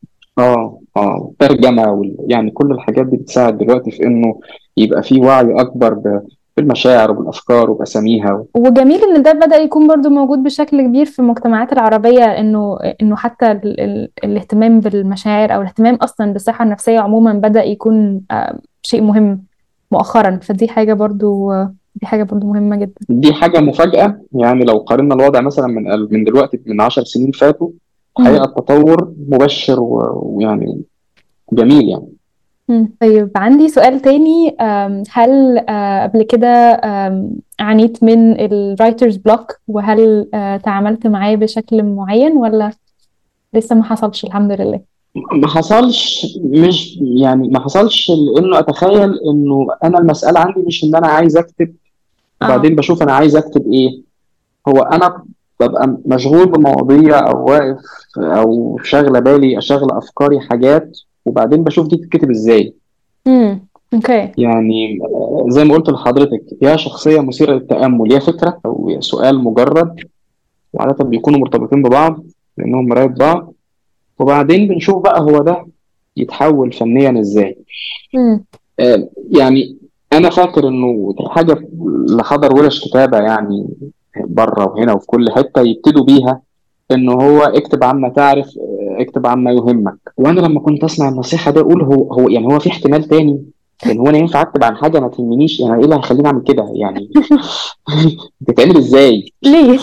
ترجمه يعني كل الحاجات دي بتساعد دلوقتي في انه يبقى في وعي اكبر بالمشاعر وبالافكار وباساميها. وجميل ان ده بدأ يكون برضو موجود بشكل كبير في المجتمعات العربية، انه حتى الاهتمام بالمشاعر او الاهتمام اصلا بالصحة النفسية عموما بدأ يكون شيء مهم مؤخرا. فدي حاجة برضو دي حاجة برضو مهمة جدا. دي حاجة مفاجأة يعني، لو قارنا الوضع مثلا من دلوقتي من 10 سنين فاتوا، الحقيقة مم. التطور مبشر ويعني جميل يعني. طيب، عندي سؤال تاني. هل قبل كده عانيت من الرايترز بلوك؟ وهل تعاملت معاه بشكل معين ولا لسه ما حصلش؟ الحمد لله. ما حصلش، مش يعني ما حصلش لانه اتخيل انه انا المسألة عندي مش ان انا عايز اكتب اه. وبعدين بشوف انا عايز اكتب ايه. هو انا ببقى مشغول بمواضيع او واقف او شاغلة بالي اشغل افكاري حاجات، وبعدين بشوف دي تتكتب ازاي. اوكي. يعني زي ما قلت لحضرتك، يا شخصية مثيرة للتأمل، يا فكرة أو يا سؤال مجرد، وعادة بيكونوا مرتبطين ببعض لأنهم مراية بعض. وبعدين بنشوف بقى هو ده يتحول فنيا إزاي. امم. يعني أنا فاكر إنه دي حاجة اللي حضر ورش كتابة يعني بره وهنا وفي كل حتة يبتدوا بيها، إنه هو اكتب عما تعرف، اكتب عما يهمك. وأنا لما كنت أسمع النصيحة دي أقول هو يعني هو في احتمال تاني ان هو انا ينفع اكتب عن حاجه ما تهمنيش؟ يعني ايه اللي هيخليني اعمل كده يعني؟ بتتعمل ازاي ليه؟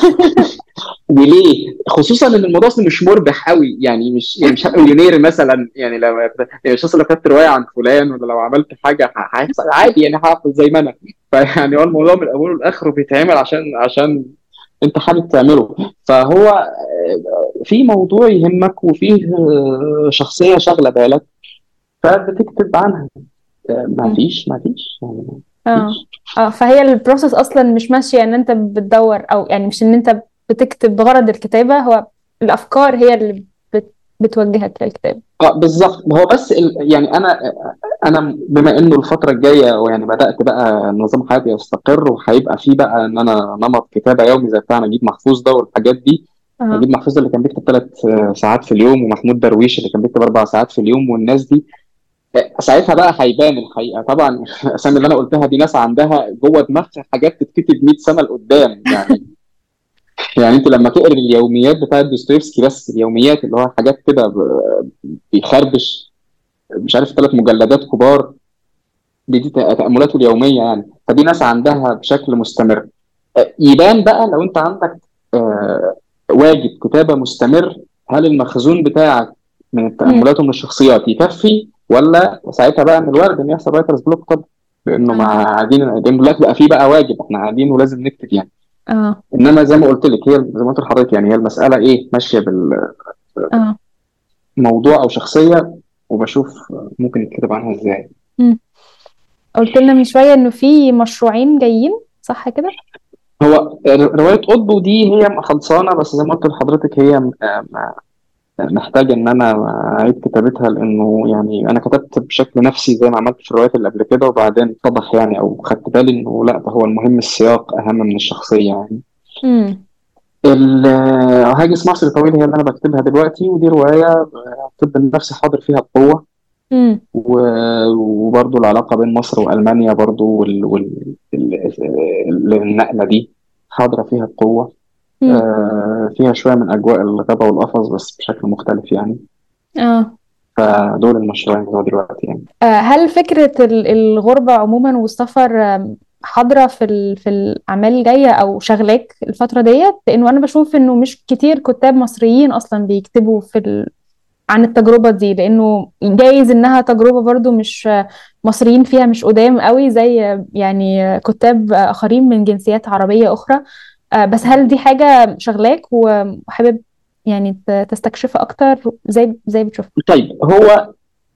وليه؟ خصوصا ان الموضوع اصلا مش مربح قوي يعني، مش هبقى مليونير مثلا يعني. لو يعني مش اصلا لو كتبت روايه عن فلان ولا لو عملت حاجه هيحصل عادي يعني، هحصل زي ما انا. فيعني هو الموضوع من اوله لاخره بيتعمل عشان انت حابب تعمله. فهو في موضوع يهمك وفيه شخصيه شاغله بالك فبتكتب عنها. ما فيش يعني، ما اه. فيش. اه، فهي البروسيس اصلا مش ماشيه ان انت بتدور، او يعني مش ان انت بتكتب بغرض الكتابه. هو الافكار هي اللي بتوجهك للكتابه. اه بالظبط. هو بس يعني انا بما انه الفتره الجايه ويعني بدات بقى نظام حياتي يستقر، وهيبقى فيه بقى ان انا نمط كتابه يومي زي بتاع نجيب محفوظ ده والحاجات دي. اه. نجيب محفوظ اللي كان بيكتب 3 ساعات في اليوم، ومحمود درويش اللي كان بيكتب 4 ساعات في اليوم، والناس دي ساعتها بقى هيبان الحقيقه طبعا. الاسامي اللي انا قلتها دي ناس عندها جوه دماغها حاجات تتكتب 100 سنه لقدام يعني. يعني انت لما تقري اليوميات بتاعت دوستويفسكي، بس اليوميات اللي هو حاجات كده بيخربش، مش عارف 3 مجلدات كبار، دي تأملاته اليومية يعني. فدي ناس عندها بشكل مستمر. يبان بقى لو انت عندك واجب كتابة مستمر، هل المخزون بتاعك من مم. التأملات ومن الشخصيات يكفي، ولا ساعتها بقى من الوارد ان يحصل رايترز بلوك؟ طب لانه اه. مع قاعدين لان دلوقتي بقى في بقى واجب احنا قاعدين ولازم نكتب يعني. اه. انما زي ما قلت لك، هي زي ما قلت لحضرتك يعني، هي المسألة ايه ماشية اه. بالموضوع او شخصية، وبشوف ممكن يتكتب عنها ازاي. مم. قلت لنا من شويه انه في مشروعين جايين، صح كده؟ هو رواية قطب دي هي خلصانة، بس زي ما قلت لحضرتك هي محتاجة إن أنا أعيد كتابتها، لأنه يعني أنا كتبت بشكل نفسي زي ما عملت في الروايات اللي قبل كده، وبعدين اتضح يعني أو خدت بالي إنه لا، ده هو المهم السياق أهم من الشخصية يعني. امم. هاجس مصر طويل هي اللي أنا بكتبها دلوقتي، ودي رواية الطب النفسي حاضر فيها بقوة، امم. وبرضه العلاقة بين مصر وألمانيا برضه النقلة دي حاضرة فيها بقوة. امم. فيها شوية من أجواء الغابة والقفص بس بشكل مختلف يعني. اه. فدول المشروعين اللي هو دلوقتي يعني. هل فكرة الغربة عموما والسفر حاضرة في الأعمال الجاية أو شغلاك الفترة ديت؟ لأنه أنا بشوف إنه مش كتير كتاب مصريين أصلا بيكتبوا عن التجربة دي، لأنه جايز إنها تجربة برضو مش مصريين فيها مش قدام قوي زي يعني كتاب آخرين من جنسيات عربية أخرى. بس هل دي حاجة شغلاك وحابب يعني تستكشفها أكتر؟ زي بتشوف؟ طيب، هو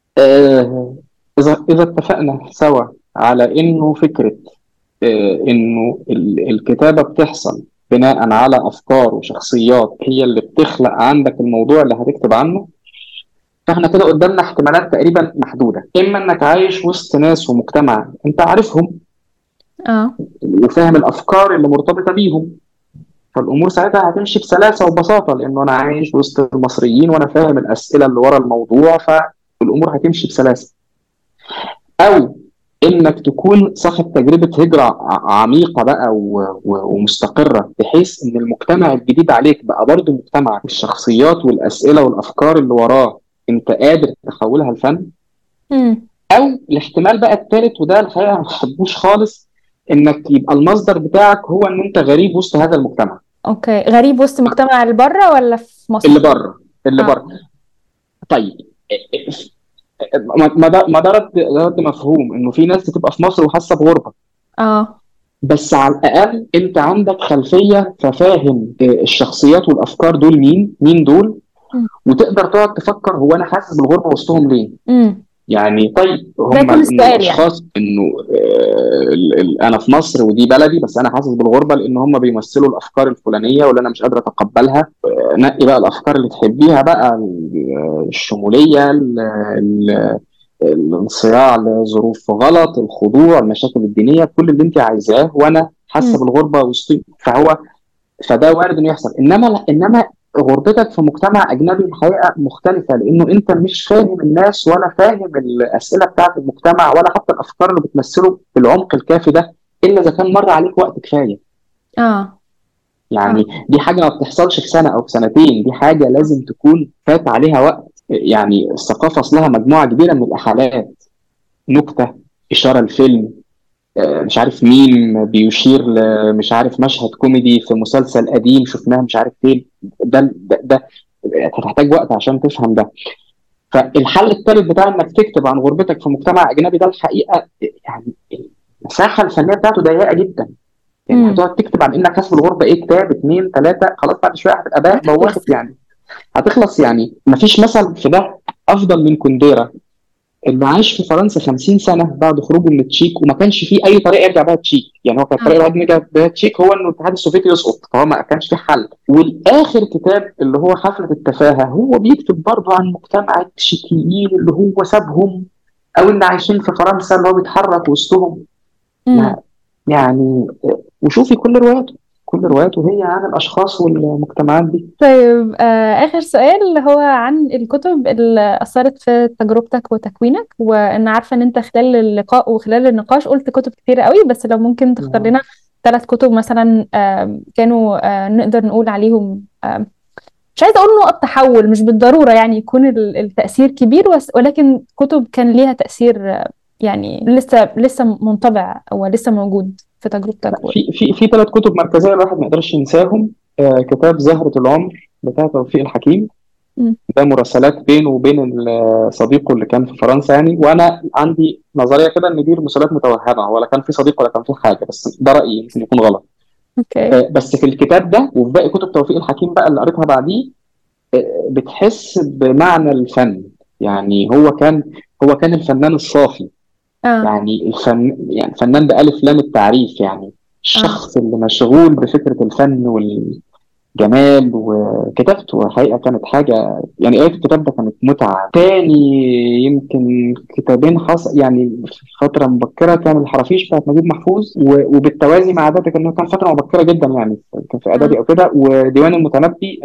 إذا اتفقنا سوا على إنه فكرة إنه الكتابة بتحصل بناء على أفكار وشخصيات هي اللي بتخلق عندك الموضوع اللي هتكتب عنه، فاحنا كده قدامنا احتمالات تقريبا محدودة. إما إنك عايش وسط ناس ومجتمع أنت عارفهم اه وفاهم الأفكار اللي مرتبطة بيهم، فالأمور ساعتها هتمشي بسلاسة وبساطة، لأنه أنا عايش وسط المصريين وأنا فاهم الأسئلة اللي ورا الموضوع، فالأمور هتمشي بسلاسة. أو إنك تكون صاحب تجربة هجرة عميقة بقى ومستقرة، بحيث إن المجتمع الجديد عليك بقى برضه مجتمع الشخصيات والأسئلة والأفكار اللي وراه أنت قادر تحولها لفن. امم أو الاحتمال بقى الثالث، وده الحقيقة ما بحبوش خالص، إنك يبقى المصدر بتاعك هو إن أنت غريب وسط هذا المجتمع. اوكي، غريب وسط مجتمع اللي بره ولا في اللي مصر؟ بره، اللي اه بره. طيب، ما ده رد مفهوم انه في ناس بتبقى في مصر وحاسه بغربه، اه بس على الاقل انت عندك خلفيه، ففاهم الشخصيات والافكار دول مين دول، وتقدر تقعد تفكر هو انا حاسس بالغربه وسطهم ليه. امم يعني طيب، ده هم يكون انه السؤال يعني. الاشخاص انه انا في مصر ودي بلدي، بس انا حاسس بالغربه لان هم بيمثلوا الافكار الفلانيه واللي انا مش قادر اتقبلها. نقي بقى الافكار اللي تحبيها بقى، الشموليه، الانصياع لظروف غلط، الخضوع، المشاكل الدينيه، كل اللي انت عايزاه، وانا حاسه امم بالغربه وسطي. فده وارد انه يحصل. انما غربتك في مجتمع اجنبي الحقيقه مختلفه، لانه انت مش فاهم الناس ولا فاهم الاسئله بتاعت المجتمع ولا حتى الافكار اللي بتمثله بالعمق الكافي ده، الا اذا كان مر عليك وقت كفايه. اه اه يعني دي حاجه ما بتحصلش في سنه او في سنتين، دي حاجه لازم تكون فات عليها وقت. يعني الثقافه اصلها مجموعه كبيره من الاحالات، نكته، اشاره لفيلم، مش عارف مين بيشير مش عارف مشهد كوميدي في مسلسل قديم شفناه مش عارف فين. ده هتحتاج وقت عشان تفهم ده. فالحل الثالث بتاع انك تكتب عن غربتك في مجتمع اجنبي، ده الحقيقه يعني المساحه الفنيه بتاعته ضيقه جدا. يعني امم هتقعد تكتب عن انك حاسس بالغربه ايه، كتاب اتنين تلاته، خلاص بعد شويه هتبقى هتخلص. بوخت يعني. هتخلص يعني. مفيش مثل في ده افضل من كونديرا، اللي عاش في فرنسا 50 سنه بعد خروجه من التشيك، وما كانش فيه اي طريقه يرجع بيها التشيك. يعني هو كان الطريقه اه الوحيده اللي يرجع بيها التشيك هو انه الاتحاد السوفيتي يسقط، فهو ما كانش فيه حل. والاخر كتاب اللي هو حفله التفاهه، هو بيكتب برضه عن مجتمع التشيكيين اللي هو سابهم، او اللي عايشين في فرنسا اللي هو بيتحرك وسطهم. امم ما يعني، وشوفي كل رواياته هي عن الاشخاص والمجتمعات دي. طيب، آخر سؤال هو عن الكتب اللي أثرت في تجربتك وتكوينك، وأنا عارفة إن أنت خلال اللقاء وخلال النقاش قلت كتب كتير قوي، بس لو ممكن تختار لنا 3 كتب مثلا كانوا نقدر نقول عليهم مش عايزة أقول نقط تحول، مش بالضرورة يعني يكون التأثير كبير، ولكن كتب كان ليها تأثير يعني لسه منطبع أو لسه موجود في تجربتك في 3 كتب مركزيه الواحد ما يقدرش ينساهم. كتاب زهرة العمر بتاع توفيق الحكيم، مم. ده مراسلات بينه وبين صديقه اللي كان في فرنسا يعني. وانا عندي نظريه كده ان دي مراسلات متوهمه، ولا كان في صديق ولا كان في حاجه، بس ده رايي يمكن يكون غلط. اوكي. بس في الكتاب ده وفي باقي كتب توفيق الحكيم بقى اللي قريتها بعديه، بتحس بمعنى الفن. يعني هو كان الفنان الصافي. اه يعني يعني فنان بألف لام التعريف، يعني اه الشخص اللي مشغول بفكرة الفن والجمال. وكتابته الحقيقة كانت حاجة، يعني قراية الكتاب ده كانت متعة تاني. يمكن كتابين حصل يعني في فترة مبكرة، كان الحرافيش بتاعت نجيب محفوظ، وبالتوازي مع ذلك انه كان فترة مبكرة جدا يعني، كان في اه اعدادي او كده. وديوان المتنبي،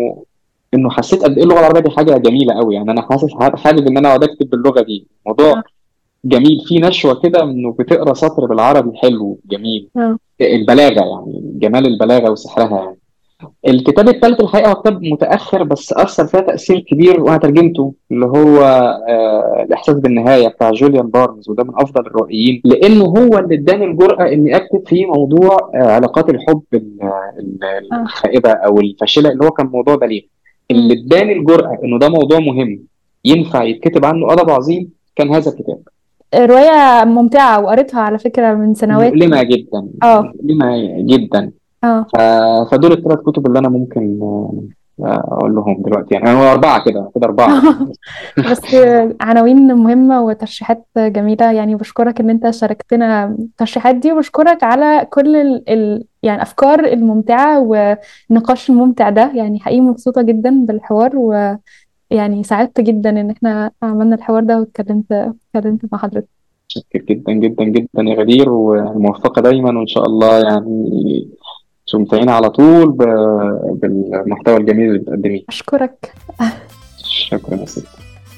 انه حسيت قد ايه اللغة العربية دي حاجة جميلة قوي. يعني انا حابب ان انا اقعد اكتب باللغة دي، موضوع اه جميل، في نشوة كده انه بتقرا سطر بالعربي حلو جميل. اه البلاغة يعني، جمال البلاغة وسحرها يعني. الكتاب الثالث الحقيقة هو كتاب متأخر بس أثر فيها تأثير كبير، وأنا ترجمته، اللي هو الإحساس بالنهاية بتاع جوليان بارنز، وده من أفضل الروائيين، لأنه هو اللي اداني الجرأة إني أكتب في موضوع علاقات الحب اه. الخائبة أو الفاشلة، اللي هو كان موضوع بليغ. اللي مم. اداني الجرأة إنه ده موضوع مهم ينفع يتكتب عنه أدب عظيم كان هذا الكتاب. رواية ممتعة وقريتها على فكرة من سنوات. مؤلمة جدا، اه. مؤلمة جدا. اه. فدول الثلاث كتب اللي أنا ممكن اقول لهم دلوقتي، يعني هو اربعه كده كده اربعه يعني. بس عناوين مهمة وترشيحات جميلة، يعني بشكرك ان انت شاركتنا الترشيحات دي، وبشكرك على كل يعني الافكار الممتعة والنقاش الممتع ده. يعني حقيقي مبسوطة جدا بالحوار، ويعني سعدت جدا ان احنا عملنا الحوار ده اتكلمت مع حضرتك. شكرا جدا جدا جدا يا غدير، وموفقه دايما، وان شاء الله يعني تمتعين على طول بالمحتوى الجميل اللي بتقدميه. اشكرك. شكرا يا ستي.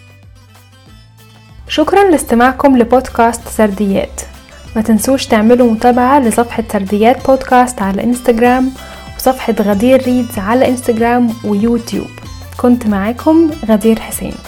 شكرا لاستماعكم لبودكاست سرديات. ما تنسوش تعملوا متابعة لصفحة سرديات بودكاست على انستجرام، وصفحة غدير ريدز على انستجرام ويوتيوب. كنت معاكم غدير حسين.